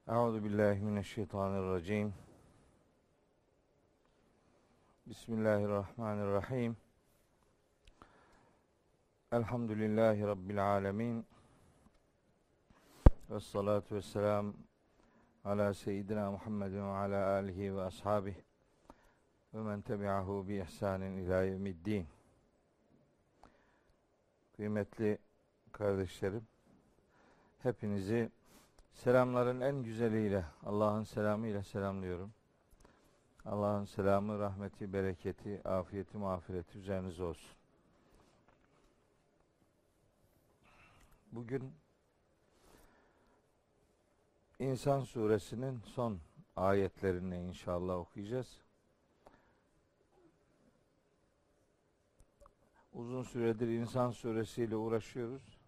Euzubillahimineşşeytanirracim. Bismillahirrahmanirrahim. Elhamdülillahi Rabbil alemin. Vessalatu vesselam ala seyyidina Muhammedin ve ala alihi ve ashabihi ve men tebi'ahu bi ihsanin ila yevmiddin. Kıymetli kardeşlerim, hepinizi selamların en güzeliyle, Allah'ın selamıyla selamlıyorum. Allah'ın selamı, rahmeti, bereketi, afiyeti, mağfireti üzerinize olsun. Bugün İnsan suresinin son ayetlerini inşallah okuyacağız. Uzun süredir İnsan suresiyle uğraşıyoruz.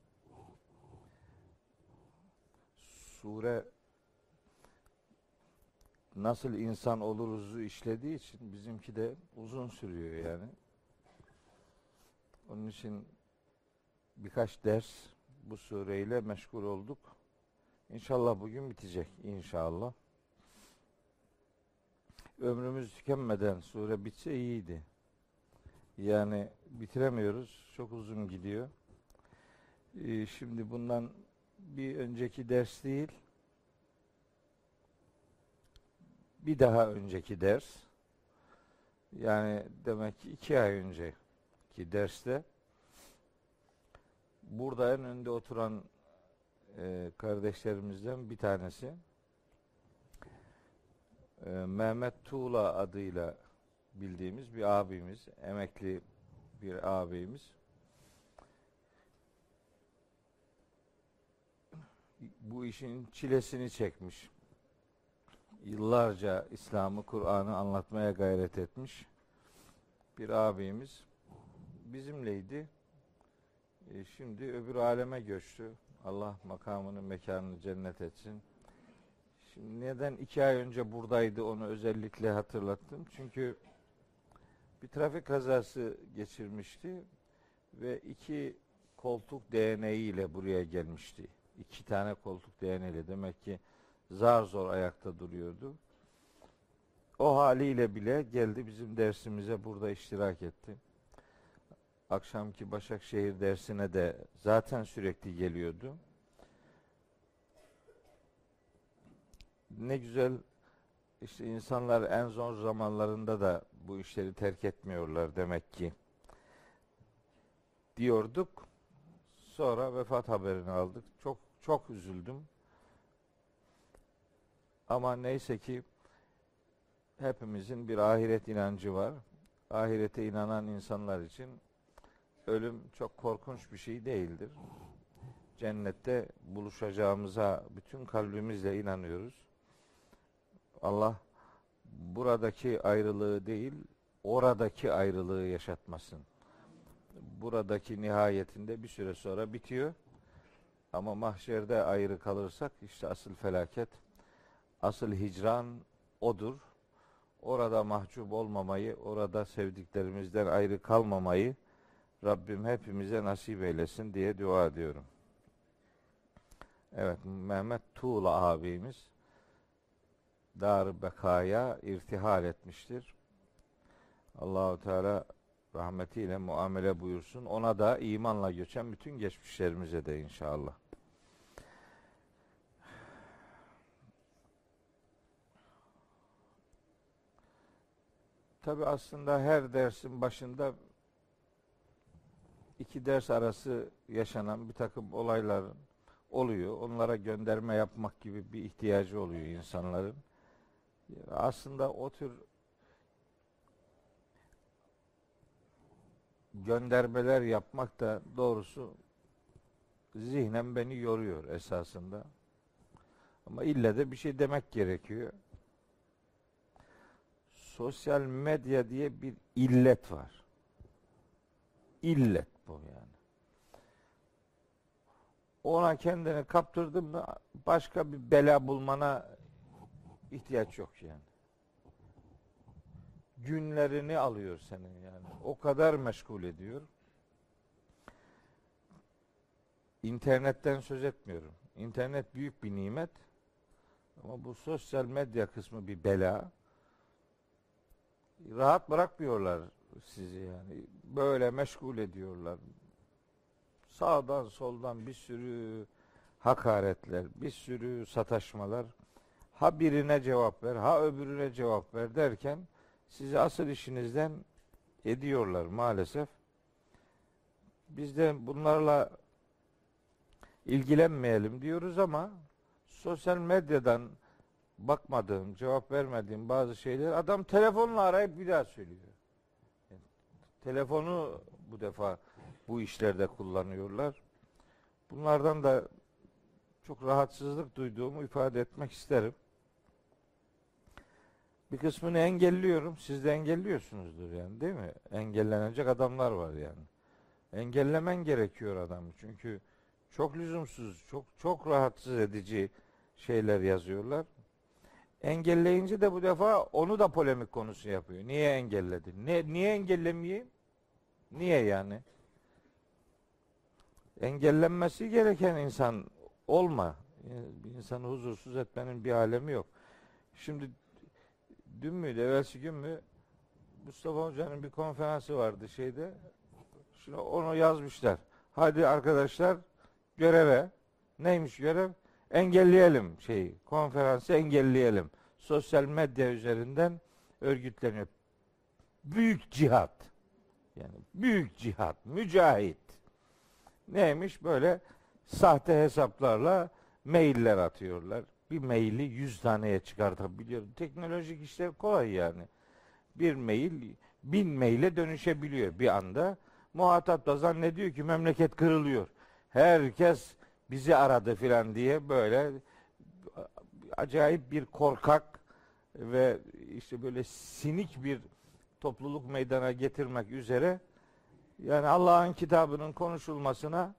Sure nasıl insan oluruzu işlediği için bizimki de uzun sürüyor yani. Onun için birkaç ders bu sureyle meşgul olduk. İnşallah bugün bitecek inşallah. Ömrümüz tükenmeden sure bitse iyiydi. Yani bitiremiyoruz. Çok uzun gidiyor. Şimdi bundan bir önceki ders değil, bir daha önceki ders, yani demek ki 2 ay önceki derste burada en önde oturan kardeşlerimizden bir tanesi Mehmet Tuğla adıyla bildiğimiz bir abimiz, emekli bir abimiz. Bu işin çilesini çekmiş. Yıllarca İslam'ı, Kur'an'ı anlatmaya gayret etmiş bir abimiz bizimleydi. Şimdi öbür aleme göçtü. Allah makamını, mekanını cennet etsin. Şimdi neden 2 ay önce buradaydı onu özellikle hatırlattım. Çünkü bir trafik kazası geçirmişti ve 2 koltuk değneğiyle buraya gelmişti. 2 tane koltuk değneğiyle, demek ki zar zor ayakta duruyordu. O haliyle bile geldi bizim dersimize, burada iştirak etti. Akşamki Başakşehir dersine de zaten sürekli geliyordu. Ne güzel, işte insanlar en zor zamanlarında da bu işleri terk etmiyorlar demek ki diyorduk. Sonra vefat haberini aldık. Çok çok üzüldüm. Ama neyse ki hepimizin bir ahiret inancı var. Ahirete inanan insanlar için ölüm çok korkunç bir şey değildir. Cennette buluşacağımıza bütün kalbimizle inanıyoruz. Allah buradaki ayrılığı değil, oradaki ayrılığı yaşatmasın. Buradaki nihayetinde bir süre sonra bitiyor. Ama mahşerde ayrı kalırsak işte asıl felaket, asıl hicran odur. Orada mahcup olmamayı, orada sevdiklerimizden ayrı kalmamayı Rabbim hepimize nasip eylesin diye dua ediyorum. Evet, Mehmet Tuğla abimiz Dar-ı Bekaya irtihal etmiştir. Allahu Teala rahmetiyle muamele buyursun. Ona da imanla göçen bütün geçmişlerimize de inşallah. Tabi aslında her dersin başında 2 ders arası yaşanan bir takım olaylar oluyor. Onlara gönderme yapmak gibi bir ihtiyacı oluyor insanların. Aslında o tür göndermeler yapmak da doğrusu zihnen beni yoruyor esasında. Ama ille de bir şey demek gerekiyor. Sosyal medya diye bir illet var. İllet bu yani. Ona kendini kaptırdın mı başka bir bela bulmana ihtiyaç yok yani. Günlerini alıyor senin yani. O kadar meşgul ediyor. İnternetten söz etmiyorum. İnternet büyük bir nimet. Ama bu sosyal medya kısmı bir bela. Rahat bırakmıyorlar sizi yani. Böyle meşgul ediyorlar. Sağdan soldan bir sürü hakaretler, bir sürü sataşmalar. Ha birine cevap ver, ha öbürüne cevap ver derken sizi asıl işinizden ediyorlar maalesef. Biz de bunlarla ilgilenmeyelim diyoruz ama sosyal medyadan bakmadığım, cevap vermediğim bazı şeyler adam telefonla arayıp bir daha söylüyor. Yani telefonu bu defa bu işlerde kullanıyorlar. Bunlardan da çok rahatsızlık duyduğumu ifade etmek isterim. Bir kısmını engelliyorum. Siz de engelliyorsunuzdur yani, değil mi? Engellenecek adamlar var yani. Engellemen gerekiyor adamı. Çünkü çok lüzumsuz, çok rahatsız edici şeyler yazıyorlar. Engelleyince de bu defa onu da polemik konusu yapıyor. Niye engelledin? Niye engellemeyeyim? Niye yani? Engellenmesi gereken insan olma. Bir insanı huzursuz etmenin bir alemi yok. Şimdi dün müydü, evvelsi gün mü Mustafa Hoca'nın bir konferansı vardı şeyde. Şimdi onu yazmışlar. Hadi arkadaşlar göreve. Neymiş görev? Engelleyelim şeyi. Konferansı engelleyelim. Sosyal medya üzerinden örgütleniyor. Büyük cihat. Yani büyük cihat. Mücahit. Neymiş? Böyle sahte hesaplarla mailler atıyorlar. Bir maili 100 taneye çıkartabiliyor. Teknolojik işler kolay yani. Bir mail 1000 maile dönüşebiliyor bir anda. Muhatap da zannediyor ki memleket kırılıyor. Herkes bizi aradı filan diye böyle acayip bir korkak ve işte böyle sinik bir topluluk meydana getirmek üzere yani Allah'ın kitabının konuşulmasına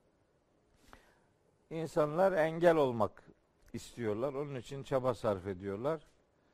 insanlar engel olmak istiyorlar. Onun için çaba sarf ediyorlar.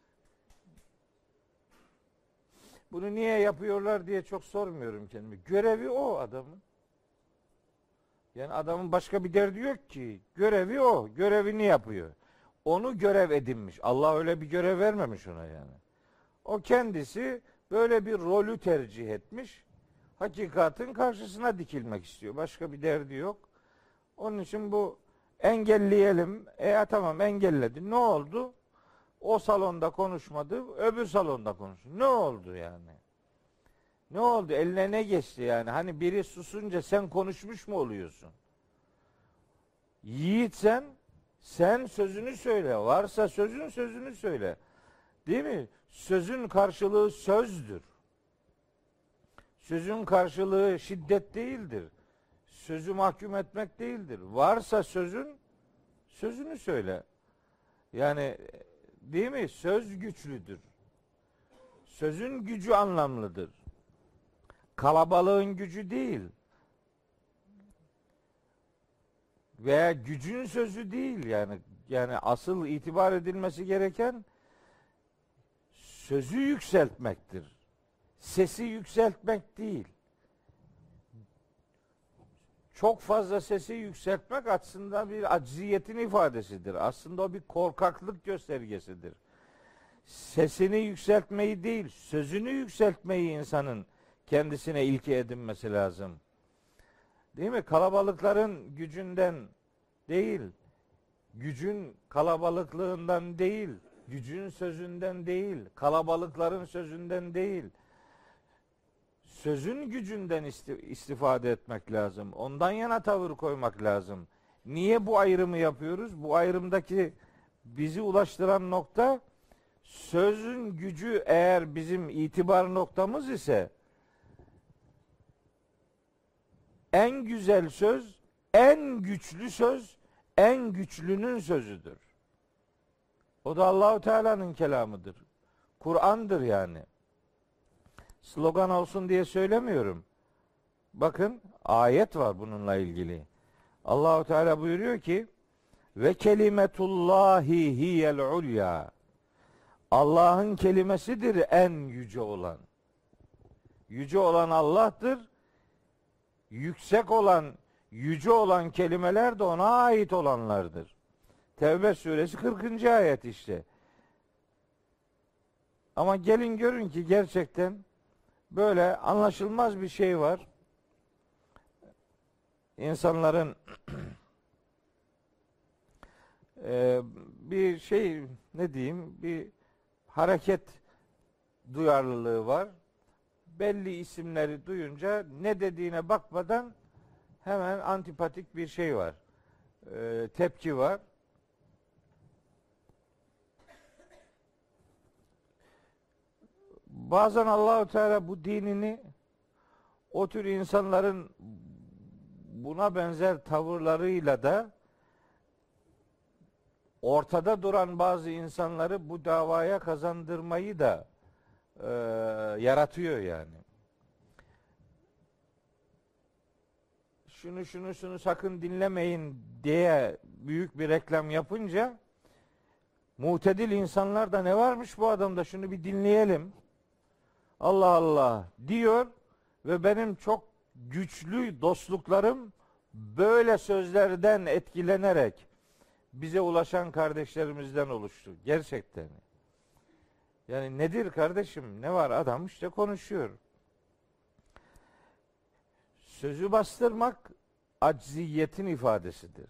Bunu niye yapıyorlar diye çok sormuyorum kendime. Görevi o adamın. Yani adamın başka bir derdi yok ki. Görevi o. Görevini yapıyor. Onu görev edinmiş. Allah öyle bir görev vermemiş ona yani. O kendisi böyle bir rolü tercih etmiş. Hakikatin karşısına dikilmek istiyor. Başka bir derdi yok. Onun için bu engelleyelim. Tamam engelledin. Ne oldu? O salonda konuşmadı. Öbür salonda konuştu. Ne oldu yani? Ne oldu? Eline ne geçti yani? Hani biri susunca sen konuşmuş mu oluyorsun? Yiğit sen sözünü söyle. Varsa sözünü söyle. Değil mi? Sözün karşılığı sözdür. Sözün karşılığı şiddet değildir. Sözü mahkum etmek değildir. Varsa sözünü söyle. Yani değil mi? Söz güçlüdür. Sözün gücü anlamlıdır. Kalabalığın gücü değil. Veya gücün sözü değil yani. Yani asıl itibar edilmesi gereken sözü yükseltmektir. Sesi yükseltmek değil. Çok fazla sesi yükseltmek aslında bir acziyetin ifadesidir. Aslında o bir korkaklık göstergesidir. Sesini yükseltmeyi değil, sözünü yükseltmeyi insanın kendisine ilke edinmesi lazım. Değil mi? Kalabalıkların gücünden değil, gücün kalabalıklığından değil, gücün sözünden değil, kalabalıkların sözünden değil. Sözün gücünden istifade etmek lazım. Ondan yana tavır koymak lazım. Niye bu ayrımı yapıyoruz? Bu ayrımdaki bizi ulaştıran nokta sözün gücü eğer bizim itibar noktamız ise en güzel söz, en güçlü söz, en güçlünün sözüdür. O da Allahu Teala'nın kelamıdır. Kur'an'dır yani. Slogan olsun diye söylemiyorum. Bakın ayet var bununla ilgili. Allahu Teala buyuruyor ki ve kelimetullahi hiyel ulya. Allah'ın kelimesidir en yüce olan. Yüce olan Allah'tır. Yüksek olan, yüce olan kelimeler de ona ait olanlardır. Tevbe suresi 40. ayet işte. Ama gelin görün ki gerçekten böyle anlaşılmaz bir şey var. İnsanların bir şey, ne diyeyim, bir hareket duyarlılığı var. Belli isimleri duyunca ne dediğine bakmadan hemen antipatik bir şey var. Tepki var. Bazen Allahu Teala bu dinini o tür insanların buna benzer tavırlarıyla da ortada duran bazı insanları bu davaya kazandırmayı da yaratıyor yani. Şunu sakın dinlemeyin diye büyük bir reklam yapınca mutedil insanlar da ne varmış bu adamda, şunu bir dinleyelim. Allah Allah diyor ve benim çok güçlü dostluklarım böyle sözlerden etkilenerek bize ulaşan kardeşlerimizden oluştu. Gerçekten. Yani nedir kardeşim? Ne var? Adam işte konuşuyor. Sözü bastırmak acziyetin ifadesidir.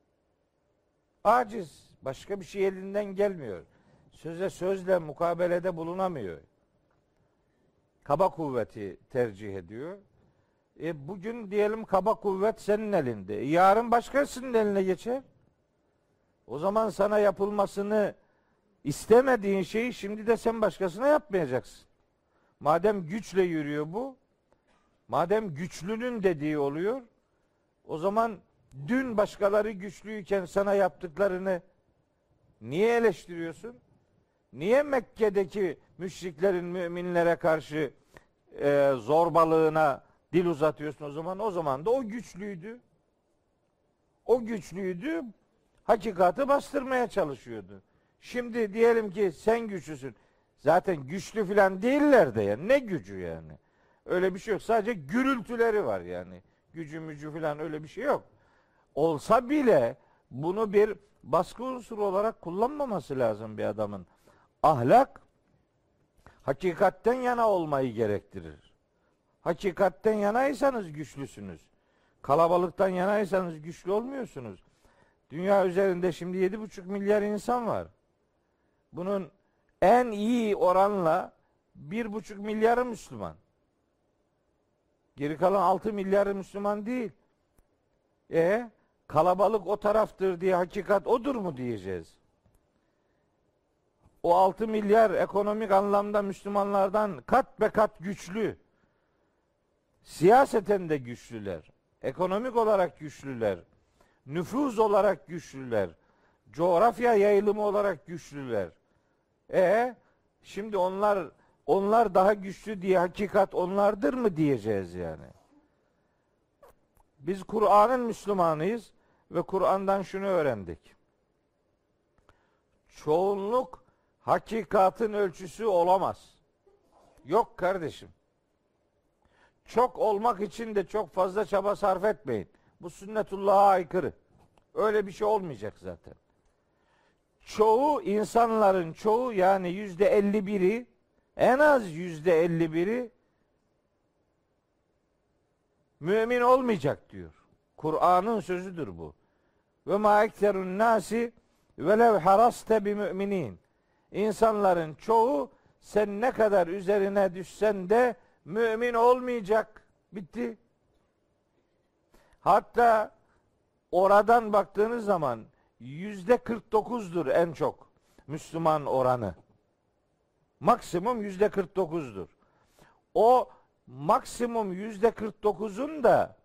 Aciz. Başka bir şey elinden gelmiyor. Söze sözle mukabelede bulunamıyor. Kaba kuvveti tercih ediyor. Bugün diyelim kaba kuvvet senin elinde. Yarın başkasının eline geçer. O zaman sana yapılmasını istemediğin şeyi şimdi de sen başkasına yapmayacaksın. Madem güçle yürüyor bu, madem güçlünün dediği oluyor, o zaman dün başkaları güçlüyken sana yaptıklarını niye eleştiriyorsun? Niye Mekke'deki müşriklerin müminlere karşı zorbalığına dil uzatıyorsun o zaman? O zaman da o güçlüydü. O güçlüydü, hakikati bastırmaya çalışıyordu. Şimdi diyelim ki sen güçlüsün. Zaten güçlü falan değiller de yani. Ne gücü yani? Öyle bir şey yok. Sadece gürültüleri var yani. Gücü mücü falan öyle bir şey yok. Olsa bile bunu bir baskı unsuru olarak kullanmaması lazım bir adamın. Ahlak hakikatten yana olmayı gerektirir. Hakikatten yanaysanız güçlüsünüz. Kalabalıktan yanaysanız güçlü olmuyorsunuz. Dünya üzerinde şimdi 7,5 milyar insan var. Bunun en iyi oranla 1,5 milyarı Müslüman. Geri kalan 6 milyarı Müslüman değil. Kalabalık o taraftır diye hakikat odur mu diyeceğiz? O 6 milyar ekonomik anlamda Müslümanlardan kat be kat güçlü. Siyaseten de güçlüler. Ekonomik olarak güçlüler. Nüfuz olarak güçlüler. Coğrafya yayılımı olarak güçlüler. Şimdi onlar daha güçlü diye hakikat onlardır mı diyeceğiz yani? Biz Kur'an'ın Müslümanıyız ve Kur'an'dan şunu öğrendik. Çoğunluk hakikatin ölçüsü olamaz. Yok kardeşim. Çok olmak için de çok fazla çaba sarf etmeyin. Bu sünnetullah'a aykırı. Öyle bir şey olmayacak zaten. İnsanların çoğu yani %51'i, en az %51'i mümin olmayacak diyor. Kur'an'ın sözüdür bu. Ve ma ekserun nasi velev haraste bi müminin. İnsanların çoğu sen ne kadar üzerine düşsen de mümin olmayacak. Bitti. Hatta oradan baktığınız zaman %49'dur en çok Müslüman oranı. Maksimum %49'dur. O maksimum %49'un da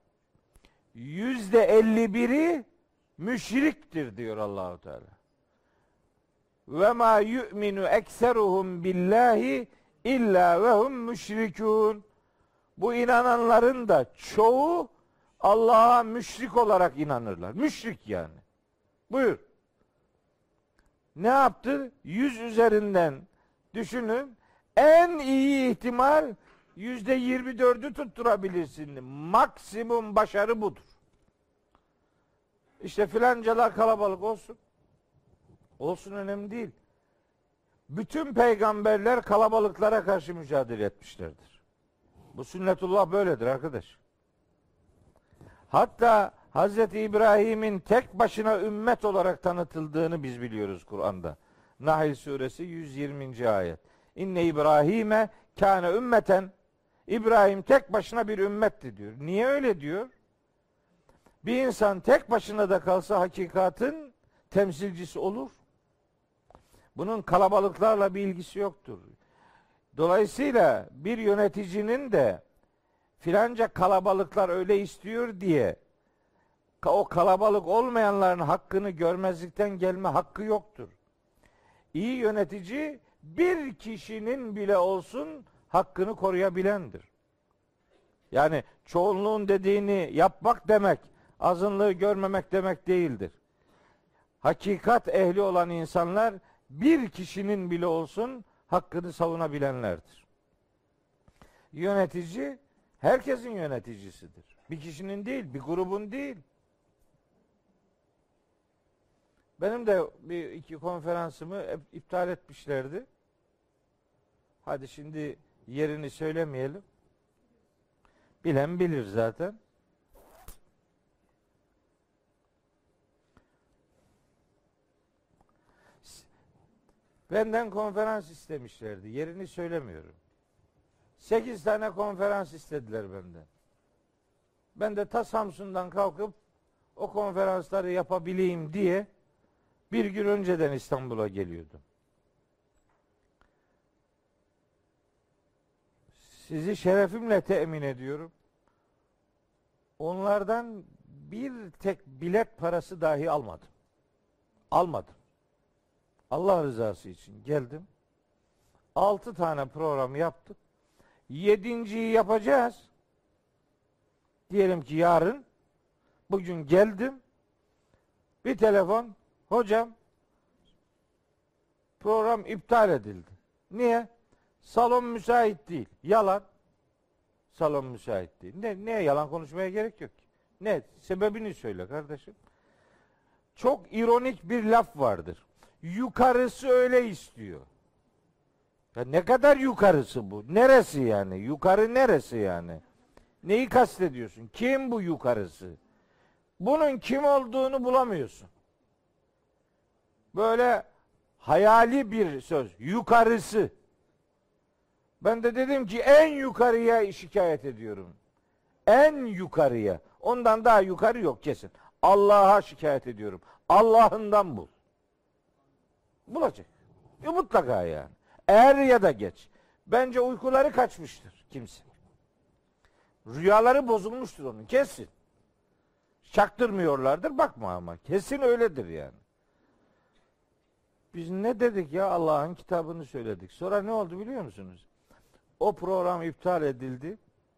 %51'i müşriktir diyor Allahu Teala. Ve ma yu'minu ekseruhum billahi illa ve hum müşrikun. Bu inananların da çoğu Allah'a müşrik olarak inanırlar. Müşrik yani. Buyur. Ne yaptı? 100 üzerinden düşünün. En iyi ihtimal %24'ü tutturabilirsin. Maksimum başarı budur. İşte filancalar kalabalık olsun. Olsun, önemli değil. Bütün peygamberler kalabalıklara karşı mücadele etmişlerdir. Bu sünnetullah böyledir arkadaş. Hatta Hazreti İbrahim'in tek başına ümmet olarak tanıtıldığını biz biliyoruz Kur'an'da. Nahl suresi 120. ayet. İnne İbrahim'e kâne ümmeten. İbrahim tek başına bir ümmetti diyor. Niye öyle diyor? Bir insan tek başına da kalsa hakikatin temsilcisi olur. Bunun kalabalıklarla bir ilgisi yoktur. Dolayısıyla bir yöneticinin de filanca kalabalıklar öyle istiyor diye o kalabalık olmayanların hakkını görmezlikten gelme hakkı yoktur. İyi yönetici bir kişinin bile olsun hakkını koruyabilendir. Yani çoğunluğun dediğini yapmak demek, azınlığı görmemek demek değildir. Hakikat ehli olan insanlar bir kişinin bile olsun hakkını savunabilenlerdir. Yönetici herkesin yöneticisidir. Bir kişinin değil, bir grubun değil. Benim de bir iki konferansımı iptal etmişlerdi. Hadi şimdi yerini söylemeyelim. Bilen bilir zaten. Benden konferans istemişlerdi. Yerini söylemiyorum. 8 tane konferans istediler benden. Ben de ta Samsun'dan kalkıp o konferansları yapabileyim diye bir gün önceden İstanbul'a geliyordum. Sizi şerefimle temin ediyorum. Onlardan bir tek bilet parası dahi almadım. Almadım. Allah rızası için geldim. 6 tane program yaptık. 7.'yi yapacağız. Diyelim ki yarın. Bugün geldim. Bir telefon. Hocam program iptal edildi. Niye? Salon müsait değil. Yalan. Salon müsait değil. Neye yalan konuşmaya gerek yok ki. Ne? Sebebini söyle kardeşim. Çok ironik bir laf vardır. Yukarısı öyle istiyor. Ya ne kadar yukarısı bu? Neresi yani? Yukarı neresi yani? Neyi kastediyorsun? Kim bu yukarısı? Bunun kim olduğunu bulamıyorsun. Böyle hayali bir söz. Yukarısı. Ben de dedim ki en yukarıya şikayet ediyorum. En yukarıya. Ondan daha yukarı yok kesin. Allah'a şikayet ediyorum. Allah'ından bul. Bulacak. Mutlaka yani. Er ya da geç. Bence uykuları kaçmıştır kimse. Rüyaları bozulmuştur onun. Kesin. Çaktırmıyorlardır. Bakma ama. Kesin öyledir yani. Biz ne dedik ya? Allah'ın kitabını söyledik. Sonra ne oldu biliyor musunuz? O program iptal edildi.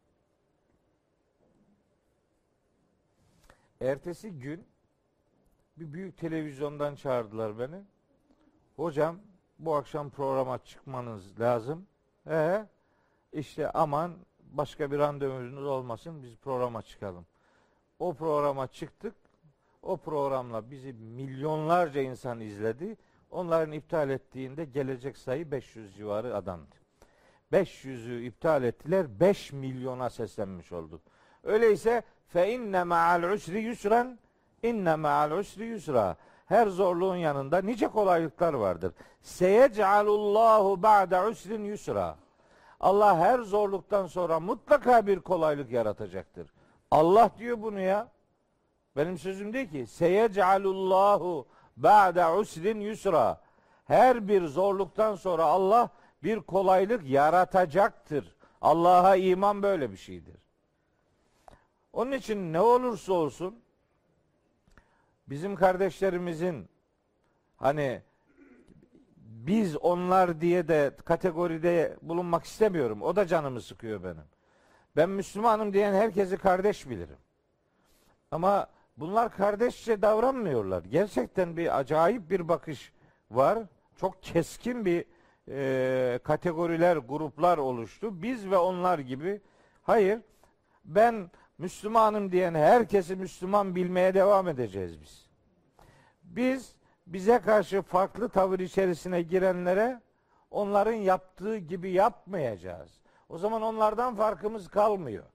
Ertesi gün bir büyük televizyondan çağırdılar beni. Hocam bu akşam programa çıkmanız lazım. İşte aman başka bir randevunuz olmasın, biz programa çıkalım. O programa çıktık. O programla bizi milyonlarca insan izledi. Onların iptal ettiğinde gelecek sayı 500 civarı adamdı. 500'ü iptal ettiler. 5 milyona seslenmiş olduk. Öyleyse fe inne ma'al usri yusran, inne ma'al usri yusra. Her zorluğun yanında nice kolaylıklar vardır. Seyec'alullahu ba'de usrin yusra. Allah her zorluktan sonra mutlaka bir kolaylık yaratacaktır. Allah diyor bunu ya. Benim sözüm değil ki. Seyec'alullahu ba'de usrin yusra. Her bir zorluktan sonra Allah bir kolaylık yaratacaktır. Allah'a iman böyle bir şeydir. Onun için ne olursa olsun bizim kardeşlerimizin hani biz onlar diye de kategoride bulunmak istemiyorum. O da canımı sıkıyor benim. Ben Müslümanım diyen herkesi kardeş bilirim. Ama bunlar kardeşçe davranmıyorlar. Gerçekten bir acayip bir bakış var. Çok keskin bir kategoriler, gruplar oluştu. Biz ve onlar gibi. Hayır, ben Müslümanım diyen herkesi Müslüman bilmeye devam edeceğiz biz. Biz bize karşı farklı tavır içerisine girenlere onların yaptığı gibi yapmayacağız. O zaman onlardan farkımız kalmıyor.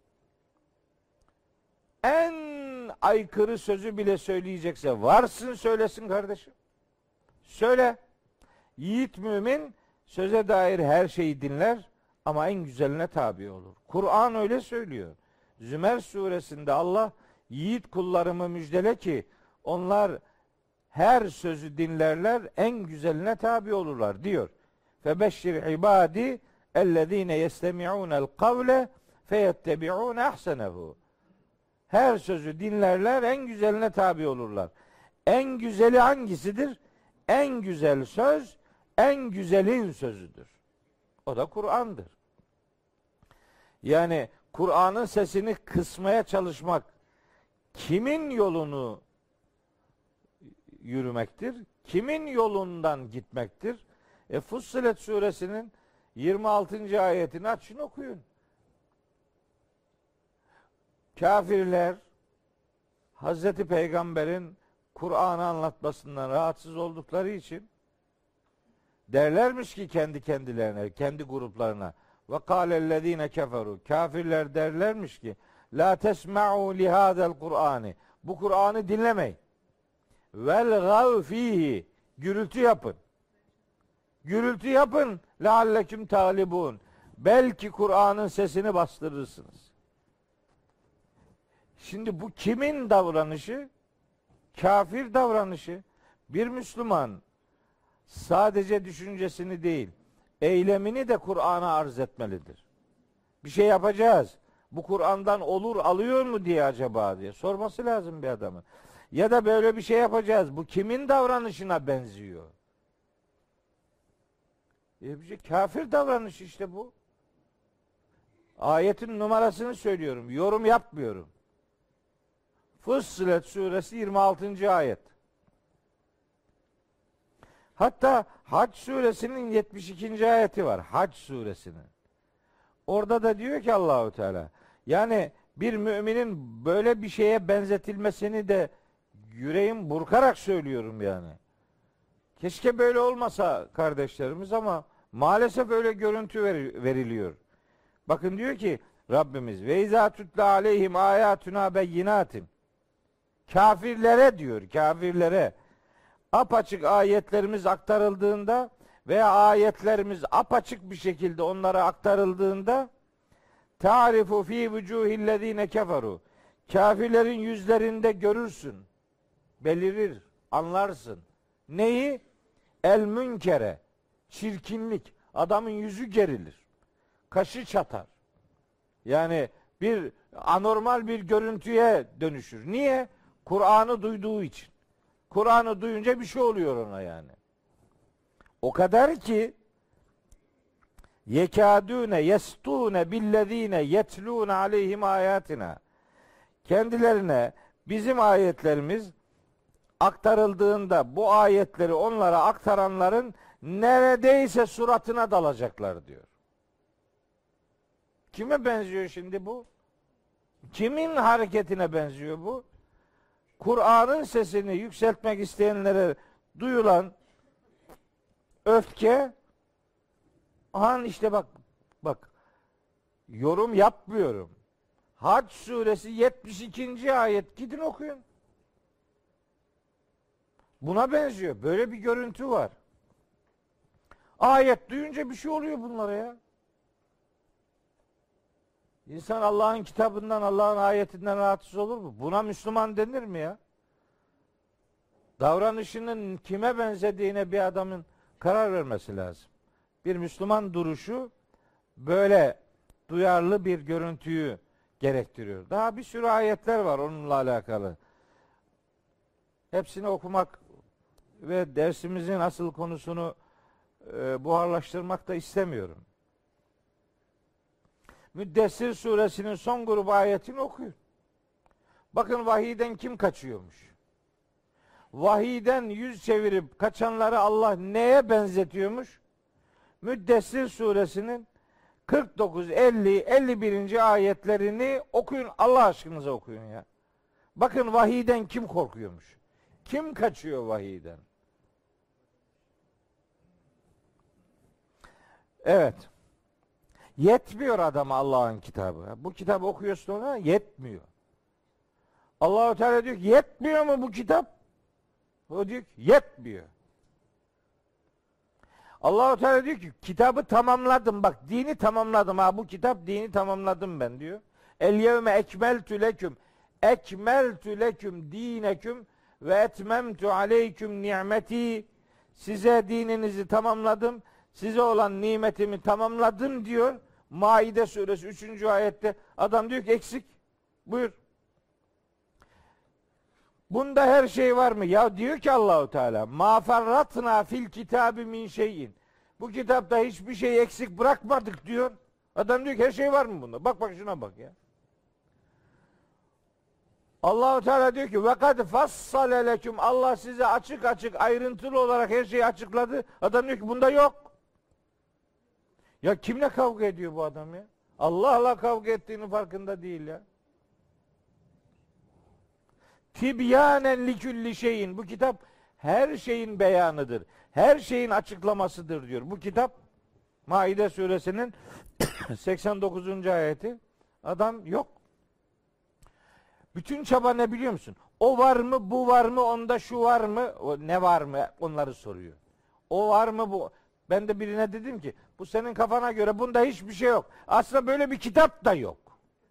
En aykırı sözü bile söyleyecekse varsın söylesin kardeşim. Söyle. Yiğit mümin söze dair her şeyi dinler ama en güzeline tabi olur. Kur'an öyle söylüyor. Zümer suresinde Allah yiğit kullarımı müjdele ki onlar her sözü dinlerler, en güzeline tabi olurlar diyor. Febeşşir ibadi ellezine yestemi'unel kavle feyettebi'un ahsenehu. Her sözü dinlerler, en güzeline tabi olurlar. En güzeli hangisidir? En güzel söz, en güzelin sözüdür. O da Kur'an'dır. Yani Kur'an'ın sesini kısmaya çalışmak kimin yolunu yürümektir? Kimin yolundan gitmektir? Fussilet suresinin 26. ayetini açın okuyun. Kafirler Hazreti Peygamber'in Kur'an'ı anlatmasından rahatsız oldukları için derlermiş ki kendi kendilerine, kendi gruplarına ve kâlellezîne keferu, kafirler derlermiş ki la tesma'u lihâzel Kur'ani, bu Kur'an'ı dinlemeyin. Vel gav fihi, gürültü yapın. Gürültü yapın lealleküm talibun. Belki Kur'an'ın sesini bastırırsınız. Şimdi bu kimin davranışı? Kafir davranışı. Bir Müslüman sadece düşüncesini değil, eylemini de Kur'an'a arz etmelidir. Bir şey yapacağız. Bu Kur'an'dan olur alıyor mu diye acaba diye sorması lazım bir adamın. Ya da böyle bir şey yapacağız. Bu kimin davranışına benziyor? Bir şey, kafir davranışı işte bu. Ayetin numarasını söylüyorum. Yorum yapmıyorum. Fussilet suresi 26. ayet. Hatta Hac suresinin 72. ayeti var. Hac suresinin. Orada da diyor ki Allahu Teala, yani bir müminin böyle bir şeye benzetilmesini de yüreğim burkarak söylüyorum yani. Keşke böyle olmasa kardeşlerimiz ama maalesef öyle görüntü veriliyor. Bakın diyor ki Rabbimiz ve izâ tutla aleyhim âyâtuna beyinâtin. Kafirlere diyor, kafirlere apaçık ayetlerimiz aktarıldığında veya ayetlerimiz apaçık bir şekilde onlara aktarıldığında ta'rifu fi vucuhillezine keferu, kafirlerin yüzlerinde görürsün, belirir, anlarsın. Neyi? El münkere, çirkinlik. Adamın yüzü gerilir. Kaşı çatar. Yani bir anormal bir görüntüye dönüşür. Niye? Kur'an'ı duyduğu için. Kur'an'ı duyunca bir şey oluyor ona yani. O kadar ki yekâdûne yestûne billezîne yetlûne aleyhim âyâtina. Kendilerine bizim ayetlerimiz aktarıldığında bu ayetleri onlara aktaranların neredeyse suratına dalacaklar diyor. Kime benziyor şimdi bu? Kimin hareketine benziyor bu? Kur'an'ın sesini yükseltmek isteyenlere duyulan öfke, işte bak yorum yapmıyorum. Hac suresi 72. ayet, gidin okuyun. Buna benziyor. Böyle bir görüntü var. Ayet duyunca bir şey oluyor bunlara ya. İnsan Allah'ın kitabından, Allah'ın ayetinden rahatsız olur mu? Buna Müslüman denir mi ya? Davranışının kime benzediğine bir adamın karar vermesi lazım. Bir Müslüman duruşu böyle duyarlı bir görüntüyü gerektiriyor. Daha bir sürü ayetler var onunla alakalı. Hepsini okumak ve dersimizin asıl konusunu buharlaştırmak da istemiyorum. Müddessir suresinin son grubu ayetini okuyun. Bakın vahiyden kim kaçıyormuş? Vahiyden yüz çevirip kaçanları Allah neye benzetiyormuş? Müddessir suresinin 49, 50, 51. ayetlerini okuyun. Allah aşkınıza okuyun ya. Bakın vahiyden kim korkuyormuş? Kim kaçıyor vahiyden? Evet. Yetmiyor adama Allah'ın kitabı. Bu kitabı okuyorsun ona yetmiyor. Allah-u Teala diyor ki yetmiyor mu bu kitap? O diyor ki yetmiyor. Allah-u Teala diyor ki kitabı tamamladım. Bak dini tamamladım. Ha bu kitap dini tamamladım ben diyor. El yevme ekmeltü leküm. Ekmeltü leküm dineküm ve etmemtü aleyküm nimeti. Size dininizi tamamladım. Size olan nimetimi tamamladım diyor. Maide suresi 3. ayette adam diyor ki eksik. Buyur. Bunda her şey var mı? Ya diyor ki Allahu Teala, "Ma ferratna fil kitabi min şeyin." Bu kitapta hiçbir şey eksik bırakmadık diyor. Adam diyor ki her şey var mı bunda? Bak bak şuna bak ya. Allahu Teala diyor ki ve kad fassale leküm. Allah size açık açık ayrıntılı olarak her şeyi açıkladı. Adam diyor ki bunda yok. Ya kimle kavga ediyor bu adam ya? Allah'la kavga ettiğinin farkında değil ya. Tibyanen likülli şeyin. Bu kitap her şeyin beyanıdır. Her şeyin açıklamasıdır diyor. Bu kitap Maide suresinin 89. ayeti. Adam yok. Bütün çaba ne biliyor musun? O var mı, bu var mı, onda şu var mı, o ne var mı onları soruyor. O var mı bu? Ben de birine dedim ki bu senin kafana göre bunda hiçbir şey yok. Aslında böyle bir kitap da yok.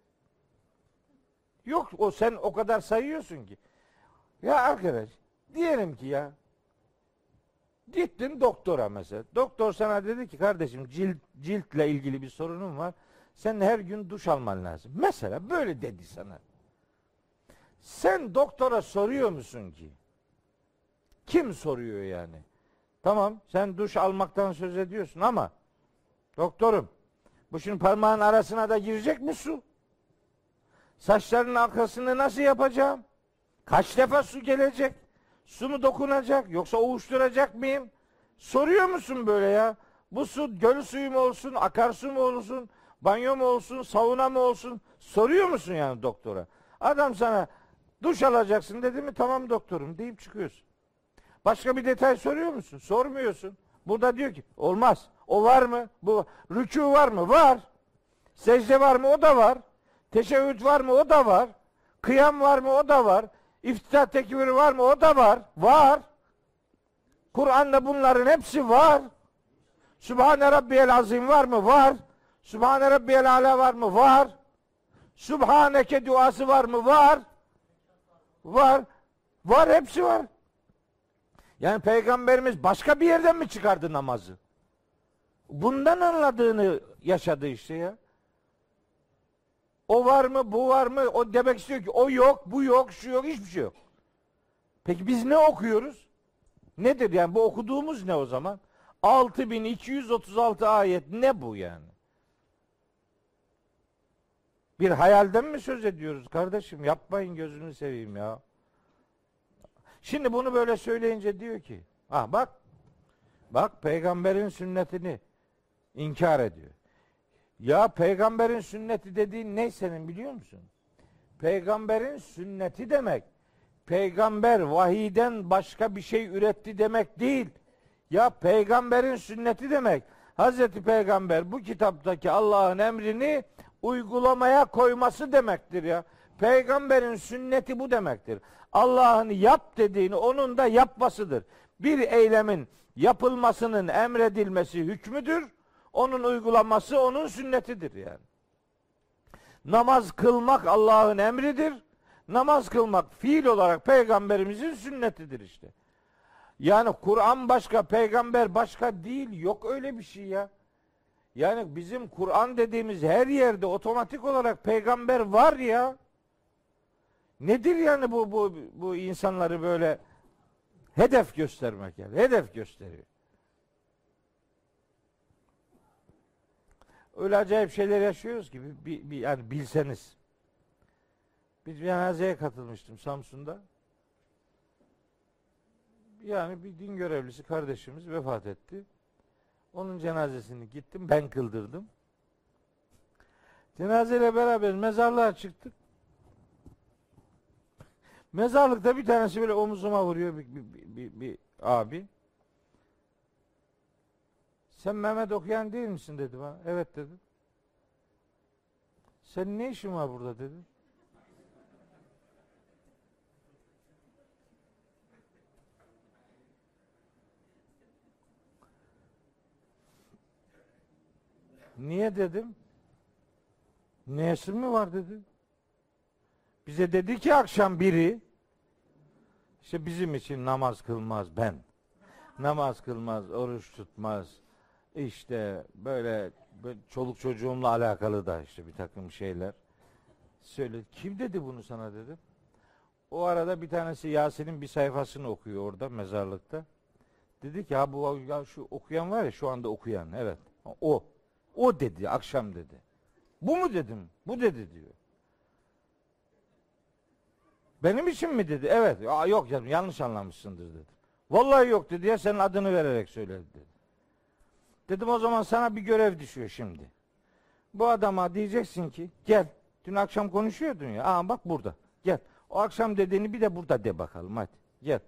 Yok o sen o kadar sayıyorsun ki. Ya arkadaş diyelim ki ya gittin doktora mesela. Doktor sana dedi ki kardeşim ciltle ilgili bir sorunun var. Sen her gün duş alman lazım. Mesela böyle dedi sana. Sen doktora soruyor musun ki? Kim soruyor yani? Tamam sen duş almaktan söz ediyorsun ama doktorum bu şimdi parmağın arasına da girecek mi su? Saçlarının arkasını nasıl yapacağım? Kaç defa su gelecek? Su mu dokunacak yoksa ovuşturacak mıyım? Soruyor musun böyle ya? Bu su göl suyu mu olsun, akarsu mu olsun, banyo mu olsun, sauna mı olsun? Soruyor musun yani doktora? Adam sana duş alacaksın dedi mi? Tamam doktorum deyip çıkıyorsun. Başka bir detay soruyor musun? Sormuyorsun. Burada diyor ki olmaz. O var mı? Bu rükû var mı? Var. Secde var mı? O da var. Teşehhüd var mı? O da var. Kıyam var mı? O da var. İftitah tekbiri var mı? O da var. Var. Kur'an'da bunların hepsi var. Sübhane Rabbiyel Azim var mı? Var. Sübhane Rabbiyel Ala var mı? Var. Sübhaneke duası var mı? Var. Var. Var hepsi var. Yani Peygamberimiz başka bir yerden mi çıkardı namazı? Bundan anladığını yaşadı işte ya. O var mı, bu var mı? O demek istiyor ki o yok, bu yok, şu yok, hiçbir şey yok. Peki biz ne okuyoruz? Nedir yani bu okuduğumuz ne o zaman? 6236 ayet ne bu yani? Bir hayalden mi söz ediyoruz kardeşim? Yapmayın gözünü seveyim ya. Şimdi bunu böyle söyleyince diyor ki, bak peygamberin sünnetini inkar ediyor. Ya peygamberin sünneti dediğin ne senin biliyor musun? Peygamberin sünneti demek, peygamber vahiyden başka bir şey üretti demek değil. Ya peygamberin sünneti demek, Hazreti Peygamber bu kitaptaki Allah'ın emrini uygulamaya koyması demektir ya. Peygamberin sünneti bu demektir. Allah'ın yap dediğini onun da yapmasıdır. Bir eylemin yapılmasının emredilmesi hükmüdür. Onun uygulanması onun sünnetidir yani. Namaz kılmak Allah'ın emridir. Namaz kılmak fiil olarak peygamberimizin sünnetidir işte. Yani Kur'an başka, peygamber başka değil. Yok öyle bir şey ya. Yani bizim Kur'an dediğimiz her yerde otomatik olarak peygamber var ya. Nedir yani bu insanları böyle hedef göstermek yani? Hedef gösteriyor. Öyle acayip şeyler yaşıyoruz ki yani bilseniz. Bir cenazeye katılmıştım Samsun'da. Yani bir din görevlisi kardeşimiz vefat etti. Onun cenazesini gittim ben kıldırdım. Cenazeyle beraber mezarlığa çıktık. Mezarlıkta bir tanesi böyle omuzuma vuruyor bir abi. Sen Mehmet okuyan değil misin dedi bana. Evet dedim. Senin ne işin var burada dedi. Niye dedim. Niyesi mi var dedi. Bize dedi ki akşam biri işte bizim için namaz kılmaz ben. Namaz kılmaz, oruç tutmaz. İşte böyle çoluk çocuğumla alakalı da işte bir takım şeyler söyledi. Kim dedi bunu sana dedim. O arada bir tanesi Yasin'in bir sayfasını okuyor orada mezarlıkta. Dedi ki ha bu ya şu okuyan var ya şu anda okuyan evet. O. O dedi akşam dedi. Bu mu dedim? Bu dedi diyor. Benim için mi dedi? Evet. Ya, yok canım yanlış anlamışsındır dedi. Vallahi yok dedi ya senin adını vererek söyledi dedi. Dedim o zaman sana bir görev düşüyor şimdi. Bu adama diyeceksin ki gel. Dün akşam konuşuyordun ya. Aa bak burada. Gel. O akşam dediğini bir de burada de bakalım hadi. Gel.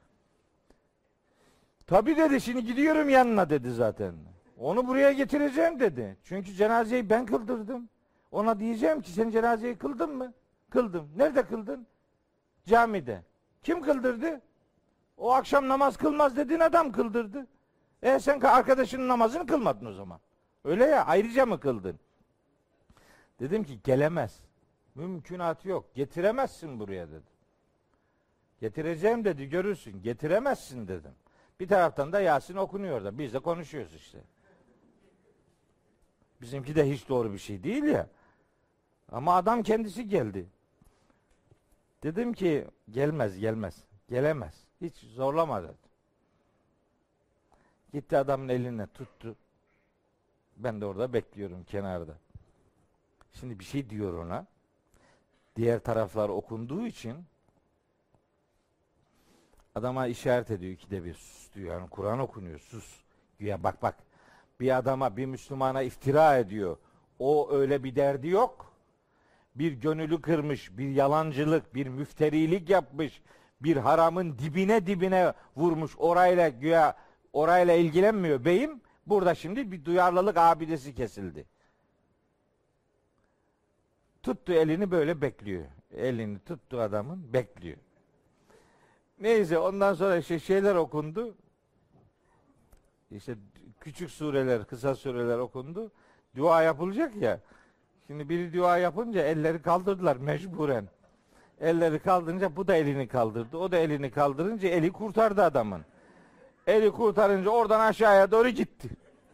Tabii dedi şimdi gidiyorum yanına dedi zaten. Onu buraya getireceğim dedi. Çünkü cenazeyi ben kıldırdım. Ona diyeceğim ki sen cenazeyi kıldın mı? Kıldım. Nerede kıldın? Camide. Kim kıldırdı? O akşam namaz kılmaz dediğin adam kıldırdı. Sen arkadaşının namazını kılmadın o zaman. Öyle ya ayrıca mı kıldın? Dedim ki gelemez. Mümkünatı yok. Getiremezsin buraya dedim. Getireceğim dedi görürsün. Getiremezsin dedim. Bir taraftan da Yasin okunuyor da biz de konuşuyoruz işte. Bizimki de hiç doğru bir şey değil ya. Ama adam kendisi geldi. Dedim ki gelmez. Gelemez. Hiç zorlama dedim. Gitti adamın eline tuttu. Ben de orada bekliyorum kenarda. Şimdi bir şey diyor ona. Diğer taraflar okunduğu için adama işaret ediyor ikide bir sus diyor. Yani Kur'an okunuyor sus. Güya bak. Bir adama bir Müslümana iftira ediyor. O öyle bir derdi yok. Bir gönüllü kırmış, bir yalancılık, bir müfterilik yapmış, bir haramın dibine vurmuş. Orayla ilgilenmiyor beyim. Burada şimdi bir duyarlılık abidesi kesildi. Tuttu elini böyle bekliyor. Elini tuttu adamın bekliyor. Neyse ondan sonra işte şeyler okundu. İşte küçük sureler, kısa sureler okundu. Dua yapılacak ya. Şimdi biri dua yapınca elleri kaldırdılar mecburen. Elleri kaldırınca bu da elini kaldırdı. O da elini kaldırınca eli kurtardı adamın. Eli kurtarınca oradan aşağıya doğru gitti.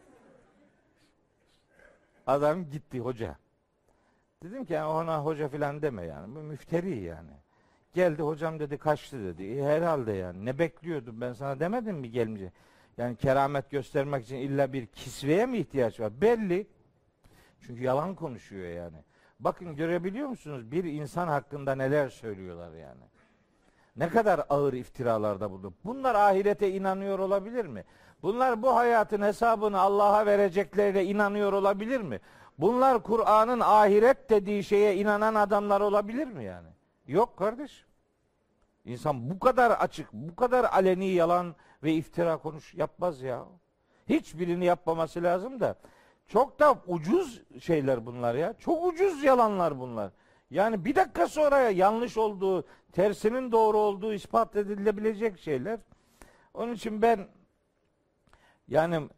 Adam gitti hoca. Dedim ki yani ona hoca filan deme yani. Bu müfteri yani. Geldi hocam dedi kaçtı dedi. Herhalde yani. Ne bekliyordum ben sana demedim mi gelmeyecek. Yani keramet göstermek için illa bir kisveye mi ihtiyaç var? Belli. Çünkü yalan konuşuyor yani. Bakın görebiliyor musunuz? Bir insan hakkında neler söylüyorlar yani. Ne kadar ağır iftiralarda bulundu. Bunlar ahirete inanıyor olabilir mi? Bunlar bu hayatın hesabını Allah'a vereceklerine inanıyor olabilir mi? Bunlar Kur'an'ın ahiret dediği şeye inanan adamlar olabilir mi yani? Yok kardeş. İnsan bu kadar açık, bu kadar aleni yalan ve iftira yapmaz ya. Hiçbirini yapmaması lazım da. Çok da ucuz şeyler bunlar ya. Çok ucuz yalanlar bunlar. Yani bir dakika sonra yanlış olduğu, tersinin doğru olduğu ispat edilebilecek şeyler. Onun için ben yani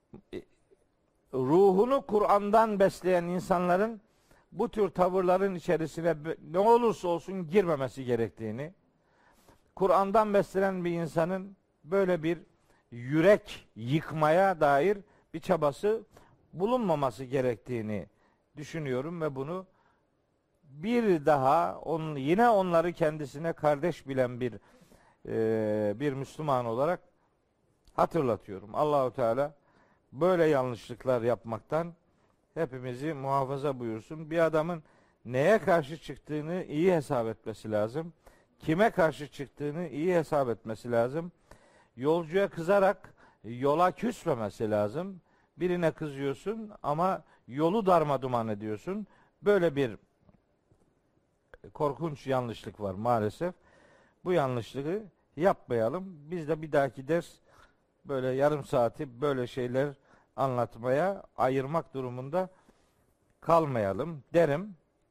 ruhunu Kur'an'dan besleyen insanların bu tür tavırların içerisine ne olursa olsun girmemesi gerektiğini, Kur'an'dan beslenen bir insanın böyle bir yürek yıkmaya dair bir çabası bulunmaması gerektiğini düşünüyorum ve bunu bir daha yine onları kendisine kardeş bilen bir Müslüman olarak hatırlatıyorum. Allahu Teala böyle yanlışlıklar yapmaktan hepimizi muhafaza buyursun. Bir adamın neye karşı çıktığını iyi hesap etmesi lazım. Kime karşı çıktığını iyi hesap etmesi lazım. Yolcuya kızarak yola küsmemesi lazım. Birine kızıyorsun ama yolu darmaduman ediyorsun. Böyle bir korkunç yanlışlık var maalesef. Bu yanlışlığı yapmayalım. Biz de bir dahaki ders böyle yarım saati böyle şeyler anlatmaya, ayırmak durumunda kalmayalım derim.